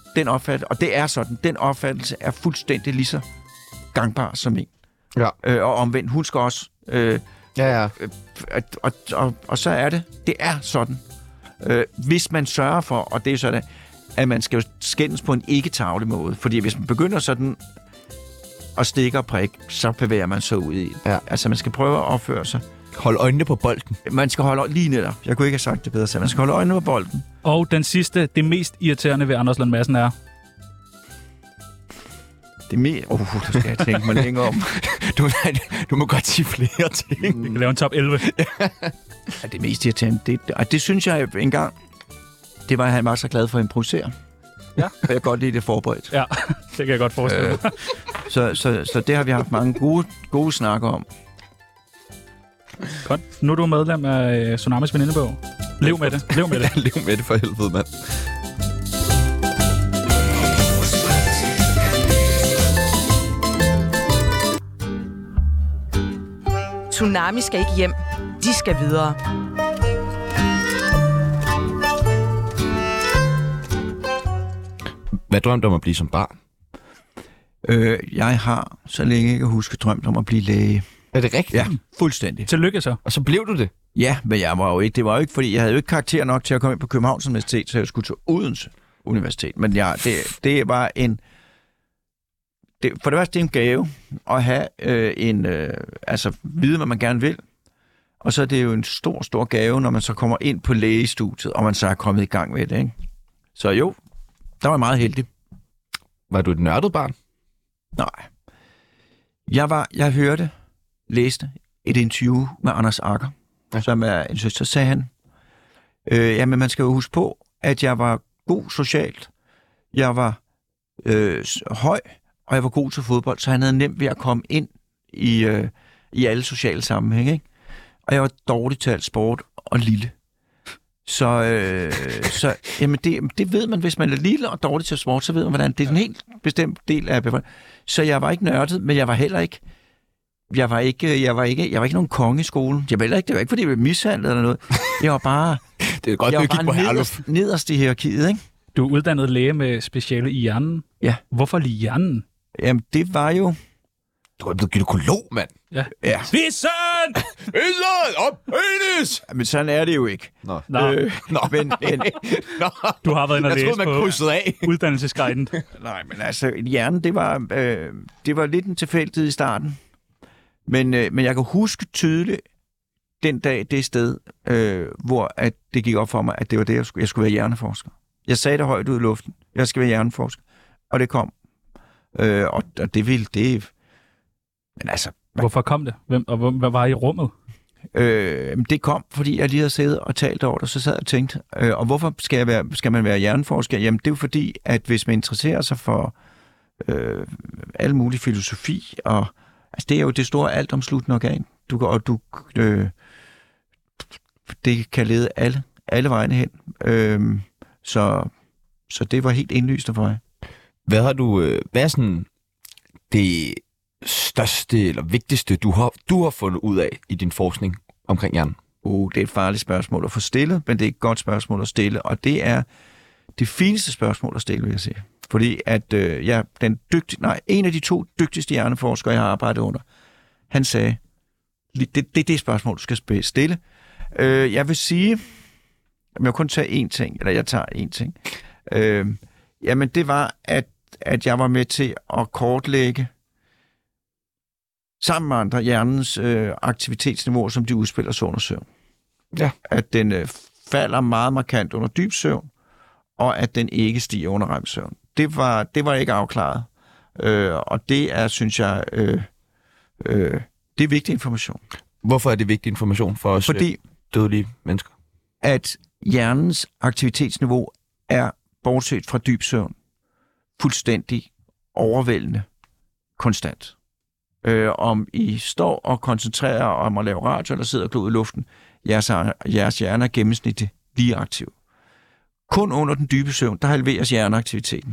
den opfattelse, og det er sådan, den opfattelse er fuldstændig lige så gangbar som min. Ja. Og omvendt, hun skal også... Og så er det er sådan. Hvis man sørger for, og det er sådan, at man skal jo skændes på en ikke-tavlig måde, fordi hvis man begynder sådan at stikke og prikke, så bevæger man sig ud i. Ja. Altså, man skal prøve at opføre sig. Hold øjnene på bolden. Man skal holde lige netop. Jeg kunne ikke have sagt det bedre selv. Man skal holde øjnene på bolden. Og den sidste, det mest irriterende ved Anders Lund Madsen er... Det skal jeg tænke mig længere om. Du må godt sige flere ting. Vi kan lave en top 11. Ja, det mest irriterende, det synes jeg engang, det var, at han var så glad for at improvisere. Ja. Og jeg kan godt lide det forberedt. Ja, det kan jeg godt forestille mig. Så det har vi haft mange gode snakker om. Godt. Nu er du medlem af Tsunamis venindebog. Lev med det. Lev med det. Lev med det for helvede, mand. Tsunami skal ikke hjem. De skal videre. Hvad drømte du om at blive som barn? Jeg har, så længe jeg kan huske, drømt om at blive læge. Er det rigtigt? Ja, fuldstændig. Tillykke så. Og så blev du det? Ja, men det var jo ikke, fordi jeg havde jo ikke karakter nok til at komme ind på Københavns Universitet, så jeg skulle til Odense Universitet. Men ja, det var en... For det første, det er en gave at have vide, hvad man gerne vil. Og så er det jo en stor, stor gave, når man så kommer ind på lægestudiet, og man så er kommet i gang med det, ikke? Så jo, der var jeg meget heldig. Var du et nørdet barn? Nej. Jeg læste et interview med Anders Agger, som er en søster, sagde han. Men man skal jo huske på, at jeg var god socialt. Jeg var høj, og jeg var god til fodbold, så han havde nemt ved at komme ind i alle sociale sammenhænge, ikke? Og jeg var dårlig til alt sport og lille. Så jamen det ved man, hvis man er lille og dårlig til sport, så ved man, hvordan det er en helt bestemt del af befolkningen. Så jeg var ikke nørdet, men jeg var heller ikke jeg var ikke nogen konge i skolen. Det var ikke, fordi jeg blev mishandlet eller noget. Jeg var bare det er godt, jeg var bare nederst i hierarkiet, ikke? Du er uddannet læge med speciale i hjernen. Ja. Hvorfor lige hjernen? Jamen, det var jo... Du er blevet gynekolog, mand. Ja. Vissen! Og penis! Men sådan er det jo ikke. Nå. Nå. Men Du har været inde og læse man krydsede af. Uddannelsesguiden. Nej, men altså, hjernen, det var lidt en tilfældighed i starten. Men jeg kan huske tydeligt den dag, det sted, hvor at det gik op for mig, at det var det, jeg skulle være hjerneforsker. Jeg sagde det højt ud i luften. Jeg skal være hjerneforsker. Og det kom. Og det ville det... Men altså... Hvorfor kom det? Hvad var i rummet? Det kom, fordi jeg lige havde siddet og talt over det, så sad jeg og tænkte, og hvorfor skal man være hjerneforsker? Jamen, det er jo fordi, at hvis man interesserer sig for al mulig filosofi, og altså, det er jo det store altomsluttende organ, det kan lede alle vegne hen. Så det var helt indlysende for mig. Hvad er sådan det største eller vigtigste, du har fundet ud af i din forskning omkring hjernen? Det er et farligt spørgsmål at få stillet, men det er et godt spørgsmål at stille, og det er det fineste spørgsmål at stille, vil jeg sige. Fordi at en af de 2 dygtigste hjerneforskere, jeg har arbejdet under, han sagde, det er det spørgsmål, du skal stille. Jeg vil sige, jeg vil kun tage én ting, eller jeg tager én ting. Jamen det var, at jeg var med til at kortlægge sammen med andre hjernens aktivitetsniveauer, som de udspiller sig under søvn. Ja. At den falder meget markant under dyb søvn, og at den ikke stiger under REM-søvn. Det var ikke afklaret. Og det er, synes jeg, det er vigtig information. Hvorfor er det vigtig information for os dødelige mennesker? At hjernens aktivitetsniveau er, bortset fra dyb søvn, fuldstændig overvældende konstant. Om I står og koncentrerer om at lave radio, eller sidder og glor i luften, jeres hjerne er gennemsnitligt lige aktiv. Kun under den dybe søvn, der halveres hjerneaktiviteten.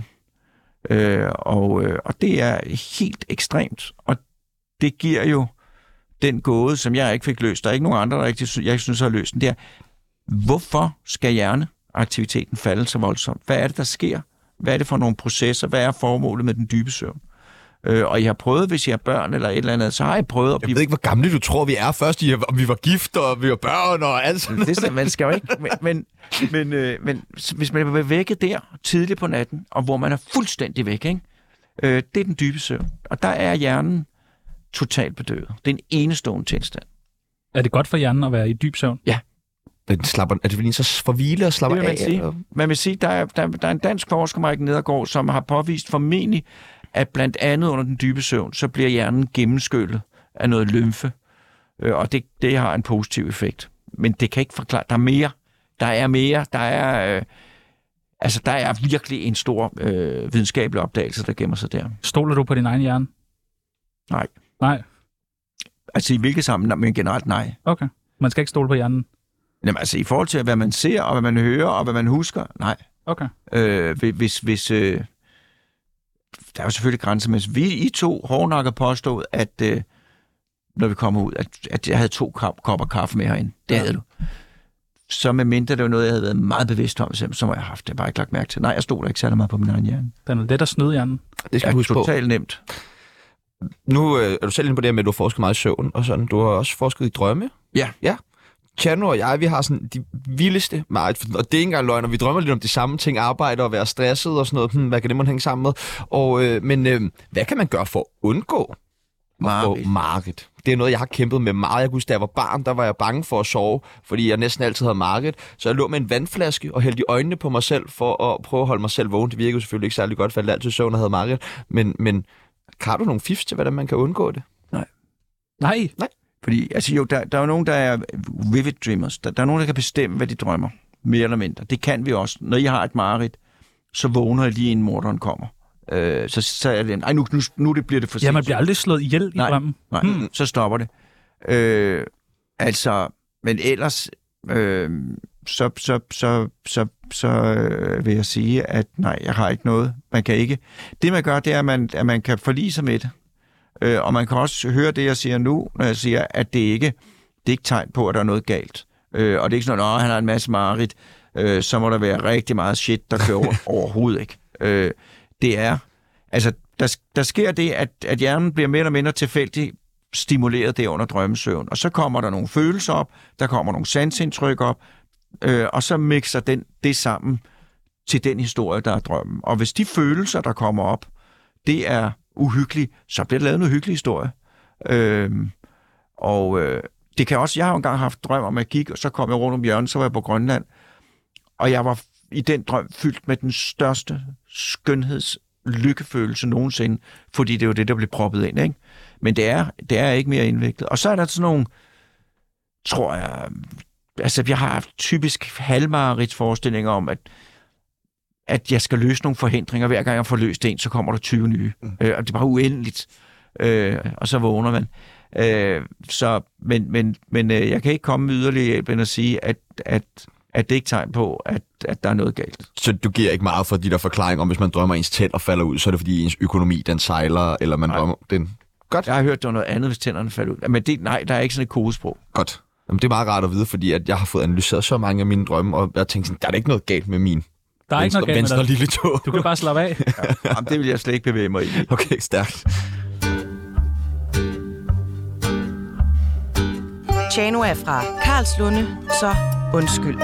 Og det er helt ekstremt. Og det giver jo den gåde, som jeg ikke fik løst. Der er ikke nogen andre, jeg synes har løst den. Det er, hvorfor skal hjerneaktiviteten falde så voldsomt? Hvad er det, der sker, Hvad er det for nogle processer? Hvad er formålet med den dybe søvn? Og jeg har prøvet, hvis jeg har børn eller et eller andet, så har jeg prøvet at blive... Jeg ved ikke, hvor gamle du tror, vi er først, om vi var gift, og vi var børn, og alt sådan noget. Det man skal jo ikke... Men hvis man er vækket der tidligt på natten, og hvor man er fuldstændig væk, ikke? Det er den dybe søvn. Og der er hjernen totalt bedøvet. Det er en enestående tilstand. Er det godt for hjernen at være i dyb søvn? Ja. Er det fordi, så får hvile og slapper det af? Sige. Man vil sige, der er en dansk forsker, Mike Nedergaard, som har påvist formentlig, at blandt andet under den dybe søvn, så bliver hjernen gennemskyllet af noget lymfe. Og det har en positiv effekt. Men det kan ikke forklare. Der er mere. Der er virkelig en stor videnskabelig opdagelse, der gemmer sig der. Stoler du på din egen hjerne? Nej. Altså i hvilket sammenhæng, men generelt nej. Okay. Man skal ikke stole på hjernen? Jamen altså i forhold til, hvad man ser, og hvad man hører, og hvad man husker, nej. Okay. Hvis der er jo selvfølgelig grænser, men I to hårdnakket påstod, at når vi kommer ud, at jeg havde 2 kopper kaffe med herinde. Det havde du. Så med mindre det var noget, jeg havde været meget bevidst om, så må jeg have haft det. Bare ikke lagt mærke til. Nej, jeg stoler ikke særlig meget på min egen hjerne. Den er let at snyde hjernen. Det skal du huske på. Totalt nemt. Nu er du selv inde på det med, at du har forsket meget i søvn og sådan. Du har også forsket i drømme. Ja. Tjerno og jeg, vi har sådan de vildeste mareridt, og det er ikke engang løgn, og vi drømmer lidt om de samme ting, arbejde og være stresset og sådan noget. Hvad kan det man hænge sammen med? Og, men hvad kan man gøre for at undgå mareridt? Det er noget, jeg har kæmpet med meget. Jeg kunne huske, da jeg var barn, der var jeg bange for at sove, fordi jeg næsten altid havde mareridt. Så jeg lå med en vandflaske og hældte i øjnene på mig selv, for at prøve at holde mig selv vågen. Det virkede selvfølgelig ikke særlig godt, for jeg altid søvn og havde mareridt. Men har du nogle fifs til, hvordan man kan undgå det? Nej. Fordi, altså jo, der er jo nogen, der er vivid dreamers. Der er nogen, der kan bestemme, hvad de drømmer. Mere eller mindre. Det kan vi også. Når I har et mareridt, så vågner jeg lige, inden morderen kommer. Så er det, nu bliver det for sent. Ja, man bliver aldrig slået ihjel i drømmen. Nej, så stopper det. Men ellers, så vil jeg sige, at nej, jeg har ikke noget. Man kan ikke. Det, man gør, det er, at man kan forlige sig med det. Og man kan også høre det, jeg siger nu, når jeg siger, at det er ikke tegn på, at der er noget galt. Og det er ikke sådan, at han har en masse mareridt, så må der være rigtig meget shit, der kører overhovedet ikke. Det er, altså, der sker det, at hjernen bliver mere eller mindre tilfældigt stimuleret der under drømmesøvn. Og så kommer der nogle følelser op, der kommer nogle sansindtryk op, og så mixer det sammen til den historie, der er drømmen. Og hvis de følelser, der kommer op, det er uhyggeligt, så bliver der lavet en uhyggelig historie. Det kan også, jeg har jo engang haft drøm om, at jeg gik, og så kom jeg rundt om hjørnet, så var jeg på Grønland, og jeg var i den drøm fyldt med den største lykkefølelse nogensinde, fordi det er jo det, der blev proppet ind, ikke? Men det er ikke mere indviklet. Og så er der sådan nogle, tror jeg, altså jeg har haft typisk halvmageritsforestillinger om, at jeg skal løse nogle forhindringer. Hver gang jeg får løst en, så kommer der 20 nye. Og det er bare uendeligt. Og så vågner man. Men jeg kan ikke komme med yderligere hjælp end at sige, at det ikke tegn på, at der er noget galt. Så du giver ikke meget for de der forklaringer om, hvis man drømmer ens tænder falder ud, så er det fordi ens økonomi, den sejler, eller man drømmer den. Godt. Jeg har hørt, det var noget andet, hvis tænderne falder ud. Men der er ikke sådan et kodesprog. Godt. Jamen, det er meget rart at vide, fordi at jeg har fået analyseret så mange af mine drømme, og jeg tænkte sådan, der er ikke noget galt med min der er ikke noget galt venstre med lille tog. Du kan bare slappe af. Ja, jamen, det vil jeg slet ikke bevæge mig i. Okay, stærkt. Tjano er fra Karlslunde, så undskyld.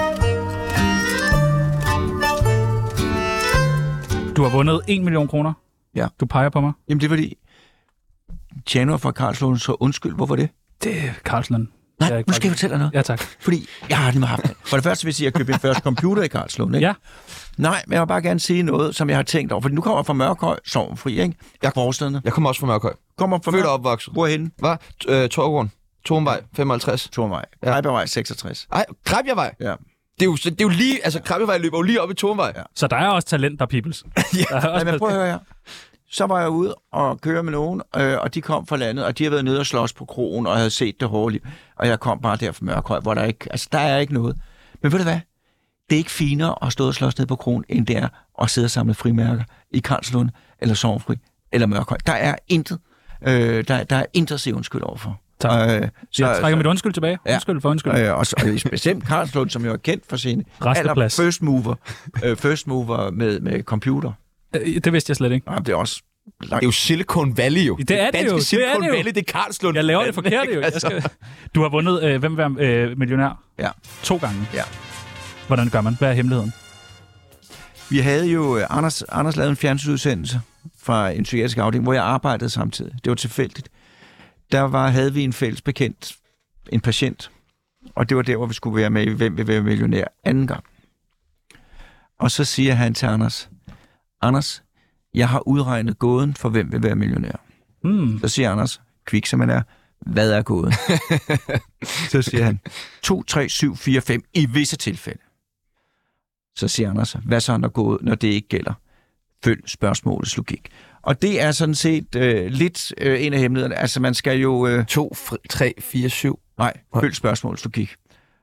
Du har vundet 1 million kroner. Ja. Du peger på mig. Jamen det er fordi, Tjano er fra Karlslunde, så undskyld. Hvorfor det? Det er Karlslunde. Nej, nu skal jeg fortælle dig noget. Ja, tak. Fordi jeg har lige meget haft det. For det første vil jeg sige, at jeg købte min første computer i Karlslunde, ikke? Ja. Nej, men jeg vil bare gerne sige noget, som jeg har tænkt over. Fordi nu kommer jeg fra Mørkhøj, Sorgenfri, ikke? Jeg er forstederne. Jeg kommer også fra Mørkhøj. Kommer fra Født og opvokset. Hvorhenne? Hvad? Torgården. Torumvej, 55. Torumvej. Grejbjergvej, 66. Nej, Grejbjergvej? Ja. Det er jo lige, altså Grejbjergvej løber jo lige op i Torumvej. Ja. Så der er også talent, der peoples. Ja, men prøv at høre her. Så var jeg ude og køre med nogen, og de kom fra landet, og de havde været nede og slås på krogen, og havde set det hårde liv. Og jeg kom bare der fra Mørkhøj, hvor der er ikke noget. Men ved du hvad? Det er ikke finere at stå og slås ned på krogen, end det er at sidde og samle frimærker i Karlslunde, eller Sorgenfri, eller Mørkhøj. Der er intet. Der er intet at sige undskyld overfor. Så jeg trækker mit undskyld tilbage. Ja. Undskyld for undskyld. Og bestemt Karlslunde, som jo er kendt for sine Resteplads. first mover med computer. Det vidste jeg slet ikke. Nej, det er også Det er jo Silicon Valley, jo. Det er det jo. Silicon det er det jo. Valley, det er Karlslund. Jeg laver det forkert, jo. Du har vundet Hvem vil være millionær? Ja. 2 gange. Ja. Hvordan gør man? Hvad er hemmeligheden? Vi havde jo... Anders lavede en fjernsynsudsendelse fra en psykiatrisk afdeling, hvor jeg arbejdede samtidig. Det var tilfældigt. Havde vi en fælles bekendt, en patient, og det var der, hvor vi skulle være med i Hvem vil være millionær anden gang. Og så siger han til Anders, jeg har udregnet gåden for Hvem vil være millionær. Så siger Anders, kvik som han er, hvad er gåden? Så siger han, 2, 3, 7, 4, 5 i visse tilfælde. Så siger Anders, hvad så når det ikke gælder? Følg spørgsmålets logik. Og det er sådan set lidt en af hemmelighederne. Altså man skal jo... 2, 3, 4, 7. Nej, følg spørgsmålets logik.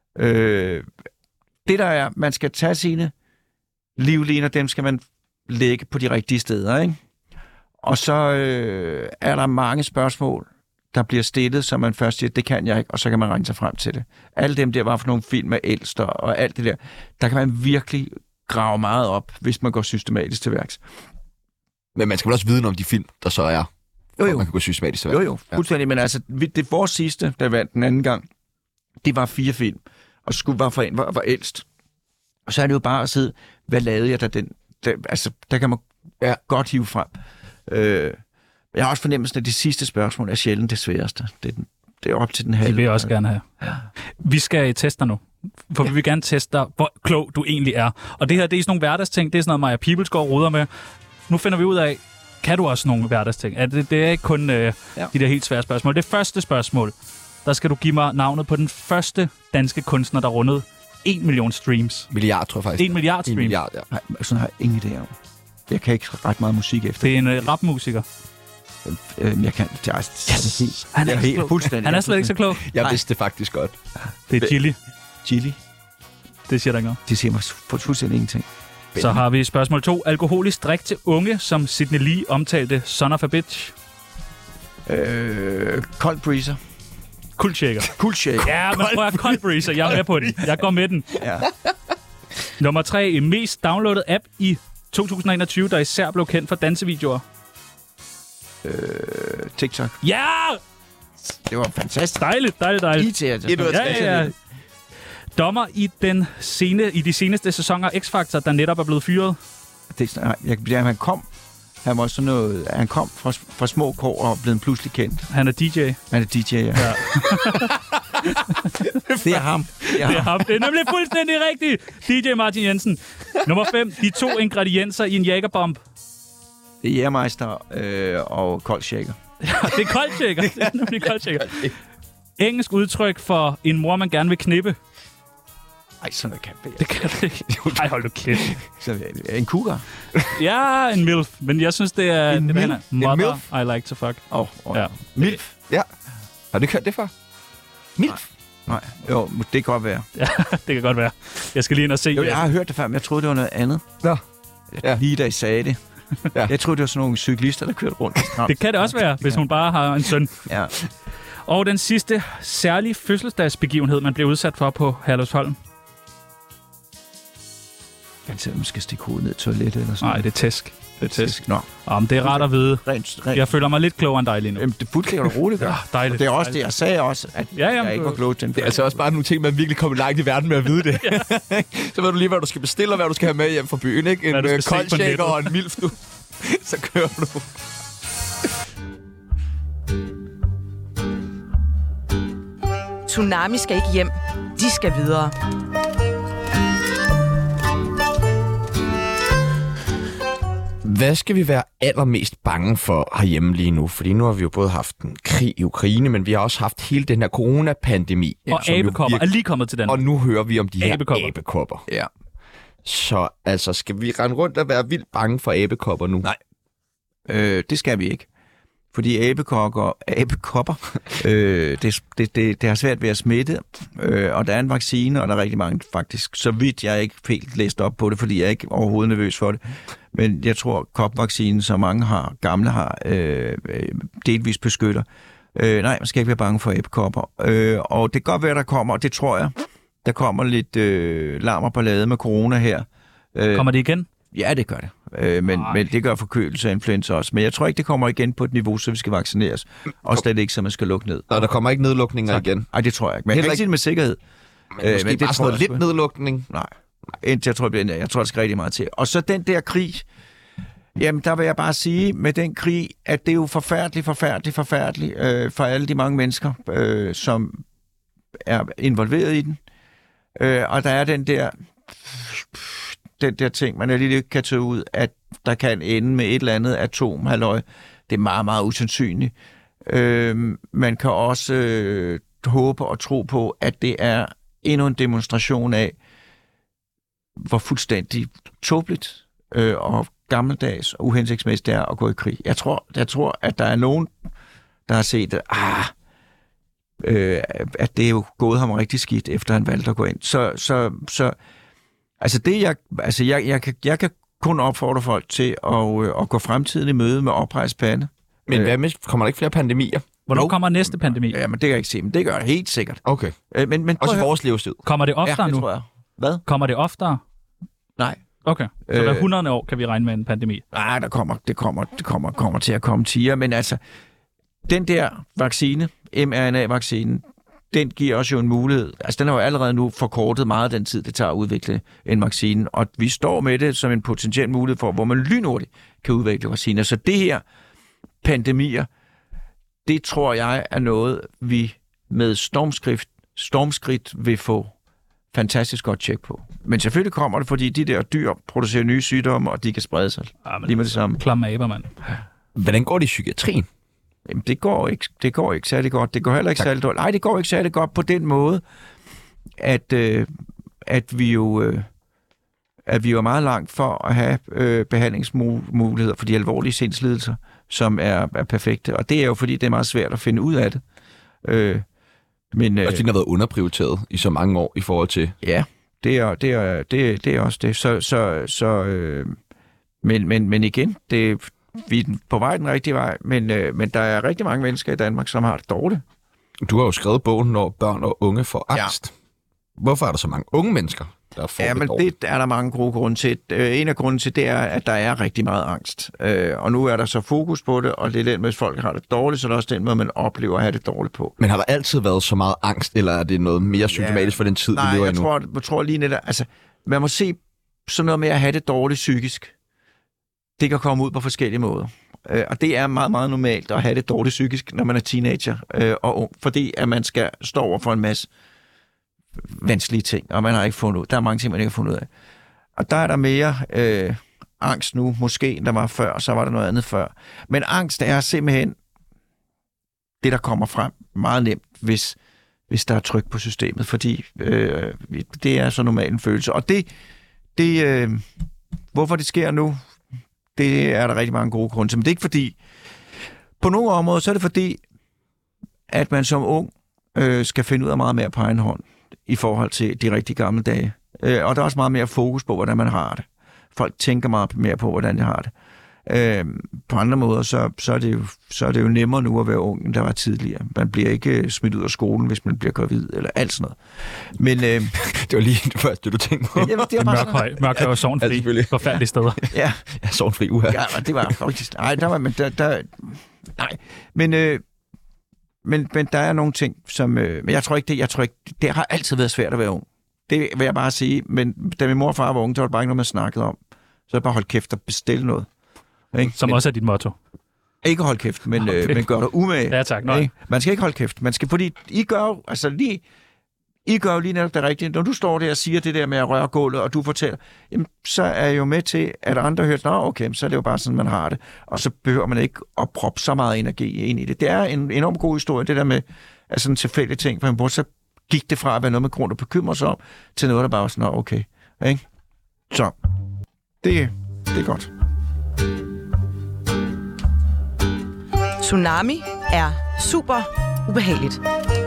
Det der er, man skal tage sine livliner, dem skal man lægge på de rigtige steder, ikke? Og så er der mange spørgsmål, der bliver stillet, så man først siger, det kan jeg ikke, og så kan man regne sig frem til det. Alle dem der var for nogle film med ældster og alt det der kan man virkelig grave meget op, hvis man går systematisk til værks. Men man skal vel også vide om de film, der så er, jo. Man kan gå systematisk til værks. Jo, fuldstændig. Ja. Men altså, det vores sidste, der vandt den anden gang, det var 4 film, og skulle bare for en var ældst. Og så er det jo bare at sidde, hvad lavede jeg der kan man godt hive frem. Jeg har også fornemmelsen, at de sidste spørgsmål er sjældent det sværeste. Det er op til den halve. Det vil jeg også gerne have. Ja. Vi skal teste dig nu. For vi vil gerne teste dig, hvor klog du egentlig er. Og det her, det er sådan nogle hverdagsting. Det er sådan noget, Maja Pibels går og ruder med. Nu finder vi ud af, kan du også nogle hverdagsting? Det er ikke kun de der helt svære spørgsmål. Det første spørgsmål, der skal du give mig navnet på den første danske kunstner, der rundede 1 million streams. Milliard, tror jeg faktisk. 1 milliard streams. 1 milliard, ja. Nej, sådan har jeg ingen idé om. Jeg kan ikke ret meget musik efter. Det er en rapmusiker. Jeg kan... Han er helt fuldstændig. Han er slet ikke så klog. Jeg vidste det faktisk godt. Det er Chili. Chili? Det siger der ikke noget. Det siger mig fuldstændig ingenting. Så har vi spørgsmål 2. Alkoholisk drik til unge, som Sidney Lee omtalte son of a bitch. Cold breezer. Kuldshaker. Ja, men prøv at cold breezer. Jeg er med på den. Jeg går med den. Ja. Nummer 3. Mest downloadet app i 2021, der især blev kendt for dansevideoer. TikTok. Ja! Det var fantastisk. Dejligt. Ja. Dommer i de seneste sæsoner X-Factor, der netop er blevet fyret. Han var sådan noget. Han kom fra små kår og blev pludselig kendt. Han er DJ. Ja. Det er ham. Det er nemlig fuldstændig rigtigt. DJ Martin Jensen. Nummer 5. De 2 ingredienser i en Jägerbomb. Det er Jægermeister og kold shaker. Det er kold shaker. Det er nemlig kold shaker. Engelsk udtryk for en mor, man gerne vil knippe. Ej, sådan noget kan jeg. Det kan du ikke. Ej, hold du kæft. En cougar? Ja, en milf. Men jeg synes, det er... En milf? Mother, I like to fuck. Ja. Milf? Ja. Har du hørt det før? Milf? Nej. Jo, det kan godt være. Ja, det kan godt være. Jeg skal lige ind og se... Jo, jeg har hørt det før, men jeg troede, det var noget andet. Nå. Ja. Lige da I sagde det. Ja. Jeg troede, det var sådan nogle cyklister, der kørte rundt. Det kan det også være, hvis hun bare har en søn. Ja. Og den sidste særlige fødselsdagsbegivenhed, man blev udsat for på Herlufsholm. Jeg kan man skal stikke hovedet ned i toilettet eller sådan. Nej, det er tæsk. Nå. Det er rart at vide. Rent. Jeg føler mig lidt klogere end dig lige nu. Det fuldstændig roligt. Ja, dejligt. Og det er også det, jeg sagde også, at jeg ikke var klog til den. Det er altså også bare nogle ting, man virkelig kommer langt i verden med at vide det. Så ved du lige, hvad du skal bestille, og hvad du skal have med hjem fra byen, ikke? En kold shaker og en milf, du. Så kører du. Tsunami skal ikke hjem. De skal videre. Hvad skal vi være allermest bange for herhjemme lige nu? Fordi nu har vi jo både haft en krig i Ukraine, men vi har også haft hele den her coronapandemi. Og abekopper er lige kommet til Danmark. Og nu hører vi om de her abekopper. Ja. Så altså, skal vi rende rundt og være vildt bange for abekopper nu? Nej. Det skal vi ikke. Fordi abekopper, det har svært ved at smitte, og der er en vaccine, og der er rigtig mange faktisk, så vidt jeg ikke helt læst op på det, fordi jeg er ikke overhovedet nervøs for det. Men jeg tror, kopvaccinen, som mange gamle har, delvis beskytter. Nej, man skal ikke være bange for abekopper. Og det kan godt være, der kommer, og det tror jeg, der kommer lidt larm og ballade med corona her. Kommer det igen? Ja, det gør det. Men det gør forkølelse og influenza også. Men jeg tror ikke, det kommer igen på et niveau, så vi skal vaccineres. Og slet ikke, så man skal lukke ned. Og der kommer ikke nedlukninger igen? Nej, det tror jeg ikke. Men jeg kan ikke sige det med sikkerhed. Men måske bare sådan noget lidt nedlukning? Nej. Jeg tror, der skal rigtig meget til. Og så den der krig, jamen der vil jeg bare sige med den krig, at det er jo forfærdeligt for alle de mange mennesker, som er involveret i den. Og der er den der ting, man lige ikke kan tage ud, at der kan ende med et eller andet atomhalløj. Det er meget, meget usandsynligt. Man kan også håbe og tro på, at det er endnu en demonstration af, hvor fuldstændig tåbeligt og gammeldags og uhensigtsmæssigt det er at gå i krig. Jeg tror, at der er nogen, der har set, at det er jo gået ham rigtig skidt, efter han valgte at gå ind. Så altså jeg kan kun opfordre folk til at gå fremtiden i møde med oprejst pande. Men hvad med, kommer der ikke flere pandemier? Hvornår kommer næste pandemi? Ja, men det kan jeg ikke se, men det gør det helt sikkert. Okay. Men også i vores livstid. Kommer det oftere det nu? Tror jeg. Hvad? Kommer det oftere? Nej. Okay, så hver 100 år kan vi regne med en pandemi? Nej, det kommer til at komme tiger, men altså, den der vaccine, mRNA-vaccinen, den giver os jo en mulighed. Altså, den har jo allerede nu forkortet meget den tid, det tager at udvikle en vaccine, og vi står med det som en potentiel mulighed for, hvor man lynhurtigt kan udvikle vacciner. Så det her pandemier, det tror jeg er noget, vi med stormskridt vil få fantastisk godt tjek på. Men selvfølgelig kommer det, fordi de der dyr producerer nye sygdomme, og de kan sprede sig lige med det samme. Klamme aber, mand. Hvordan går det i psykiatrien? Jamen, det går ikke særlig godt. Det går heller ikke særlig godt. Nej, det går ikke særlig godt på den måde, at vi jo er meget langt for at have behandlingsmuligheder for de alvorlige sindslidelser, som er perfekte. Og det er jo, fordi det er meget svært at finde ud af det. Men også fordi den har været underprioriteret i så mange år i forhold til... Ja, det er også det. Men igen, vi er på vej den rigtige vej, men der er rigtig mange mennesker i Danmark, som har det dårligt. Du har jo skrevet bogen, når børn og unge får angst. Ja. Hvorfor er der så mange unge mennesker, der får det dårligt? Det er der mange gode grunde til. En af grunden til det er, at der er rigtig meget angst. Og nu er der så fokus på det, og det er den, hvis folk har det dårligt, så er det også den måde, man oplever at have det dårligt på. Men har der altid været så meget angst, eller er det noget mere symptomatisk for den tid, vi lever i nu? Nej, jeg tror lige netop, altså, man må se sådan noget med at have det dårligt psykisk. Det kan komme ud på forskellige måder. Og det er meget, meget normalt at have det dårligt psykisk, når man er teenager og ung, fordi at man skal stå over for en masse vanskelige ting, og man har ikke fundet ud. Der er mange ting, man ikke har fundet ud af. Og der er der mere angst nu, måske, end der var før, og så var der noget andet før. Men angst er simpelthen det, der kommer frem meget nemt, hvis der er tryk på systemet, fordi det er så normal en følelse. Og hvorfor det sker nu, det er der rigtig mange gode grunde til. Men det er ikke fordi, på nogle områder, så er det fordi, at man som ung skal finde ud af meget mere på egen hånd i forhold til de rigtig gamle dage. Og der er også meget mere fokus på, hvordan man har det. Folk tænker meget mere på, hvordan de har det. På andre måder, så er det jo nemmere nu at være ung, end der var tidligere. Man bliver ikke smidt ud af skolen, hvis man bliver gravid, eller alt sådan noget. Men, det var lige det første, du tænkte på. Jamen, det var Mørkhøj og Sorgenfri. Forfærdelige steder. Ja, Sorgenfri uha. Ja, det var faktisk... Nej, der var... Nej, men der er nogle ting, som... Men jeg tror ikke, det har altid været svært at være ung. Det vil jeg bare sige. Men da min mor og far var unge, så var det bare ikke noget, man snakkede om. Så er det bare holdt kæft og bestille noget. Ikke? Som også er dit motto. Ikke holde kæft, men gør dig umage. Ja, tak. Man skal ikke holde kæft. Man skal, fordi I gør jo lige netop det rigtige. Når du står der og siger det der med at røre gulvet, og du fortæller, jamen, så er jeg jo med til, at andre hører, nå okay, så er det jo bare sådan, man har det. Og så behøver man ikke at proppe så meget energi ind i det. Det er en enormt god historie, det der med at sådan tilfældige ting, for så gik det fra at være noget med grund at bekymre sig om, til noget, der bare var sådan, nå okay. Ikke? Så, det er godt. Tsunami er super ubehageligt.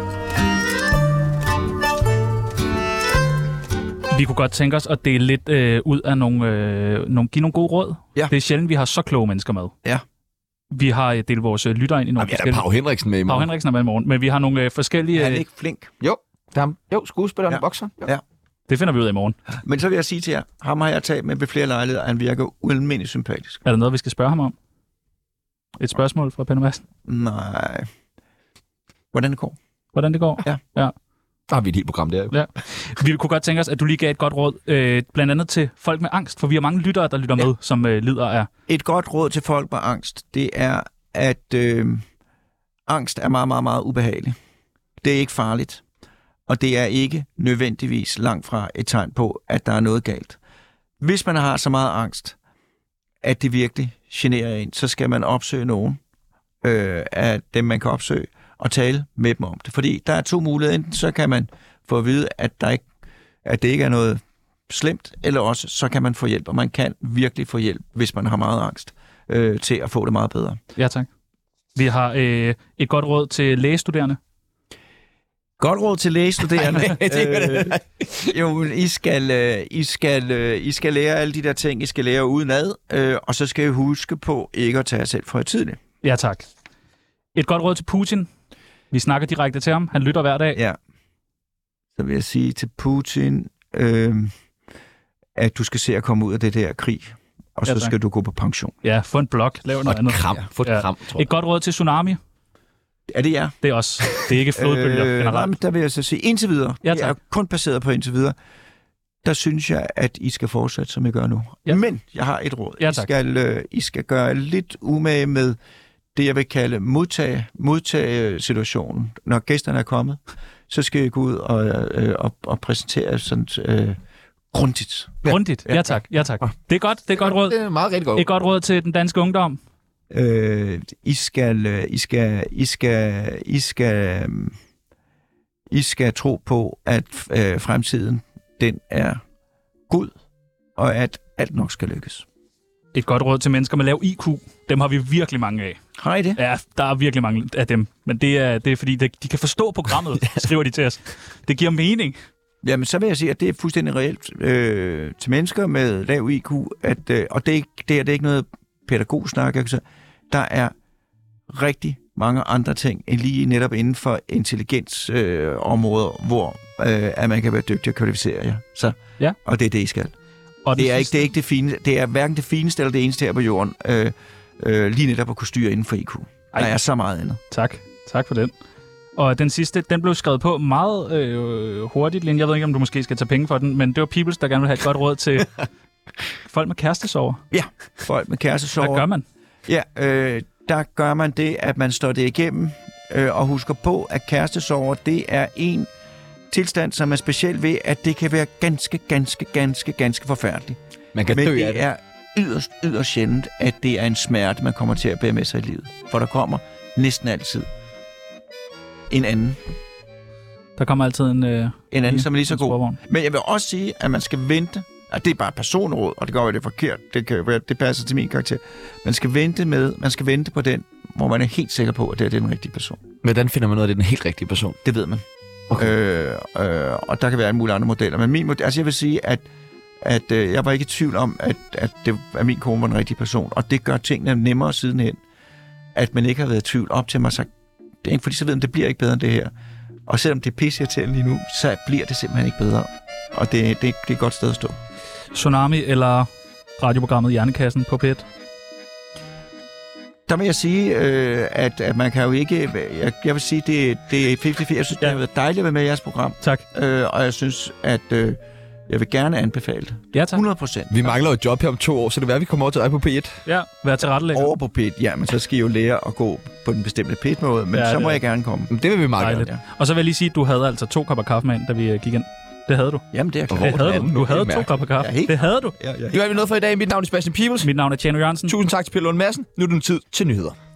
Vi kunne godt tænke os at dele lidt ud af give nogle gode råd. Ja. Det er sjældent, vi har så kloge mennesker med. Ja. Vi har delt vores lytter ind i nogle forskellige... Pau Henriksen med i morgen. Pau Henriksen er med i morgen, men vi har nogle forskellige... Er han ikke flink? Jo, skuespilleren, bokser. Ja. Det finder vi ud af i morgen. Men så vil jeg sige til jer, ham har jeg talt med ved flere lejligheder, han virker ualmindeligt sympatisk. Er der noget, vi skal spørge ham om? Et spørgsmål fra Peter Madsen? Nej. Hvordan det går? Hvordan det går? Ja. Der har vi et helt program der. Ja. Vi kunne godt tænke os, at du lige gav et godt råd, blandt andet til folk med angst, for vi har mange lyttere, der lytter med, som lider af... Et godt råd til folk med angst, det er, at angst er meget, meget, meget ubehagelig. Det er ikke farligt, og det er ikke nødvendigvis langt fra et tegn på, at der er noget galt. Hvis man har så meget angst, at det virkelig generer en, så skal man opsøge nogen af dem, man kan opsøge, og tale med dem om det. Fordi der er 2 muligheder. Enten så kan man få at vide, at det ikke er noget slemt, eller også så kan man få hjælp, og man kan virkelig få hjælp, hvis man har meget angst, til at få det meget bedre. Ja, tak. Vi har et godt råd til lægestuderende. Godt råd til lægestuderende. Jo, I skal lære alle de der ting, I skal lære udenad, og så skal I huske på ikke at tage jer selv for højtideligt. Ja, tak. Et godt råd til Putin. Vi snakker direkte til ham. Han lytter hver dag. Ja. Så vil jeg sige til Putin, at du skal se at komme ud af det der krig, og så skal du gå på pension. Ja, få en blog. Lav noget andet. Få et kram, tror jeg. Et godt råd til Tsunami. Er det jer? Det er også. Det er ikke flodbølger generelt. Nej, men der vil jeg så sige, indtil videre, det er kun baseret på indtil videre, der synes jeg, at I skal fortsætte, som I gør nu. Ja. Men jeg har et råd. Ja, I skal gøre lidt umage med det, jeg vil kalde modtage-situationen. Når gæsterne er kommet, så skal I gå ud og præsentere sådan grundigt. Grundigt? Ja, tak. Ja, tak. Det er godt. Det er godt råd. Det er meget rigtig godt. Et godt råd til den danske ungdom. I skal tro på, at fremtiden, den er god, og at alt nok skal lykkes. Et godt råd til mennesker med lav IQ. Dem har vi virkelig mange af. Har I det? Ja, der er virkelig mange af dem. Men det er fordi, de kan forstå programmet, skriver de til os. Det giver mening. Jamen, så vil jeg sige, at det er fuldstændig reelt til mennesker med lav IQ, og det er ikke noget pædagogsnak. Der er rigtig mange andre ting, end lige netop inden for intelligensområder, hvor at man kan være dygtig og kvalificere jer. Så, ja. Og det er det, I skal. Og det er ikke det fine. Det er hverken det fineste eller det eneste her på jorden. Lige netop at kunne styre inden for IQ. Der er så meget andet. Tak. Tak for den. Og den sidste, den blev skrevet på meget hurtigt, Lene. Jeg ved ikke, om du måske skal tage penge for den, men det var Peoples, der gerne vil have et godt råd til folk med kærestesorger. Ja, folk med kærestesorger. Hvad gør man? Ja, der gør man det, at man står det igennem og husker på, at kærestesorger, det er en tilstand, som er speciel ved, at det kan være ganske forfærdeligt. Man kan Men dø af det er yderst sjældent, at det er en smerte, man kommer til at bære med sig i livet. For der kommer næsten altid en anden. Der kommer altid en anden, som er lige så god. Sporvogn. Men jeg vil også sige, at man skal vente. Det er bare personråd, og det går jo det forkert. Det passer til min karakter. Man skal vente på den, hvor man er helt sikker på, at det er den rigtige person. Hvordan finder man ud af, at det er den helt rigtige person? Det ved man. Okay. Og der kan være en mulig andre modeller. Men jeg vil sige, at jeg var ikke i tvivl om, at min kone var den rigtige person. Og det gør tingene nemmere sidenhen, at man ikke har været i tvivl op til mig. Så det er ikke fordi, så ved man, det bliver ikke bedre end det her. Og selvom det er pisseirriterende lige nu, så bliver det simpelthen ikke bedre. Og det er et godt sted at stå. Tsunami eller radioprogrammet Hjernekassen på P1? Der vil jeg sige, at man kan jo ikke... Jeg vil sige, det er 50-50. Jeg synes, det har været dejligt at være med i jeres program. Tak. Og jeg synes, at jeg vil gerne anbefale det. Ja, tak. 100%. Vi mangler jo et job her om 2 år, så det vil være, vi kommer over til dig på P1. Ja, være tilrettelægger. Over på P1, ja, men så skal I jo lære at gå på den bestemte P1-måde, men så må jeg gerne komme. Det vil vi meget gerne. Ja. Og så vil jeg lige sige, at du havde altså 2 kopper kaffe med ind, da vi gik ind. Det havde du. Jamen, det er klart. Det havde du. Du havde 2 kopper kaffe. Det havde du. Det var vi noget for i dag. Mit navn er Sebastian Peebles. Mit navn er Tjano Jørgensen. Tusind tak til Per Lund Madsen. Nu er det tid til nyheder.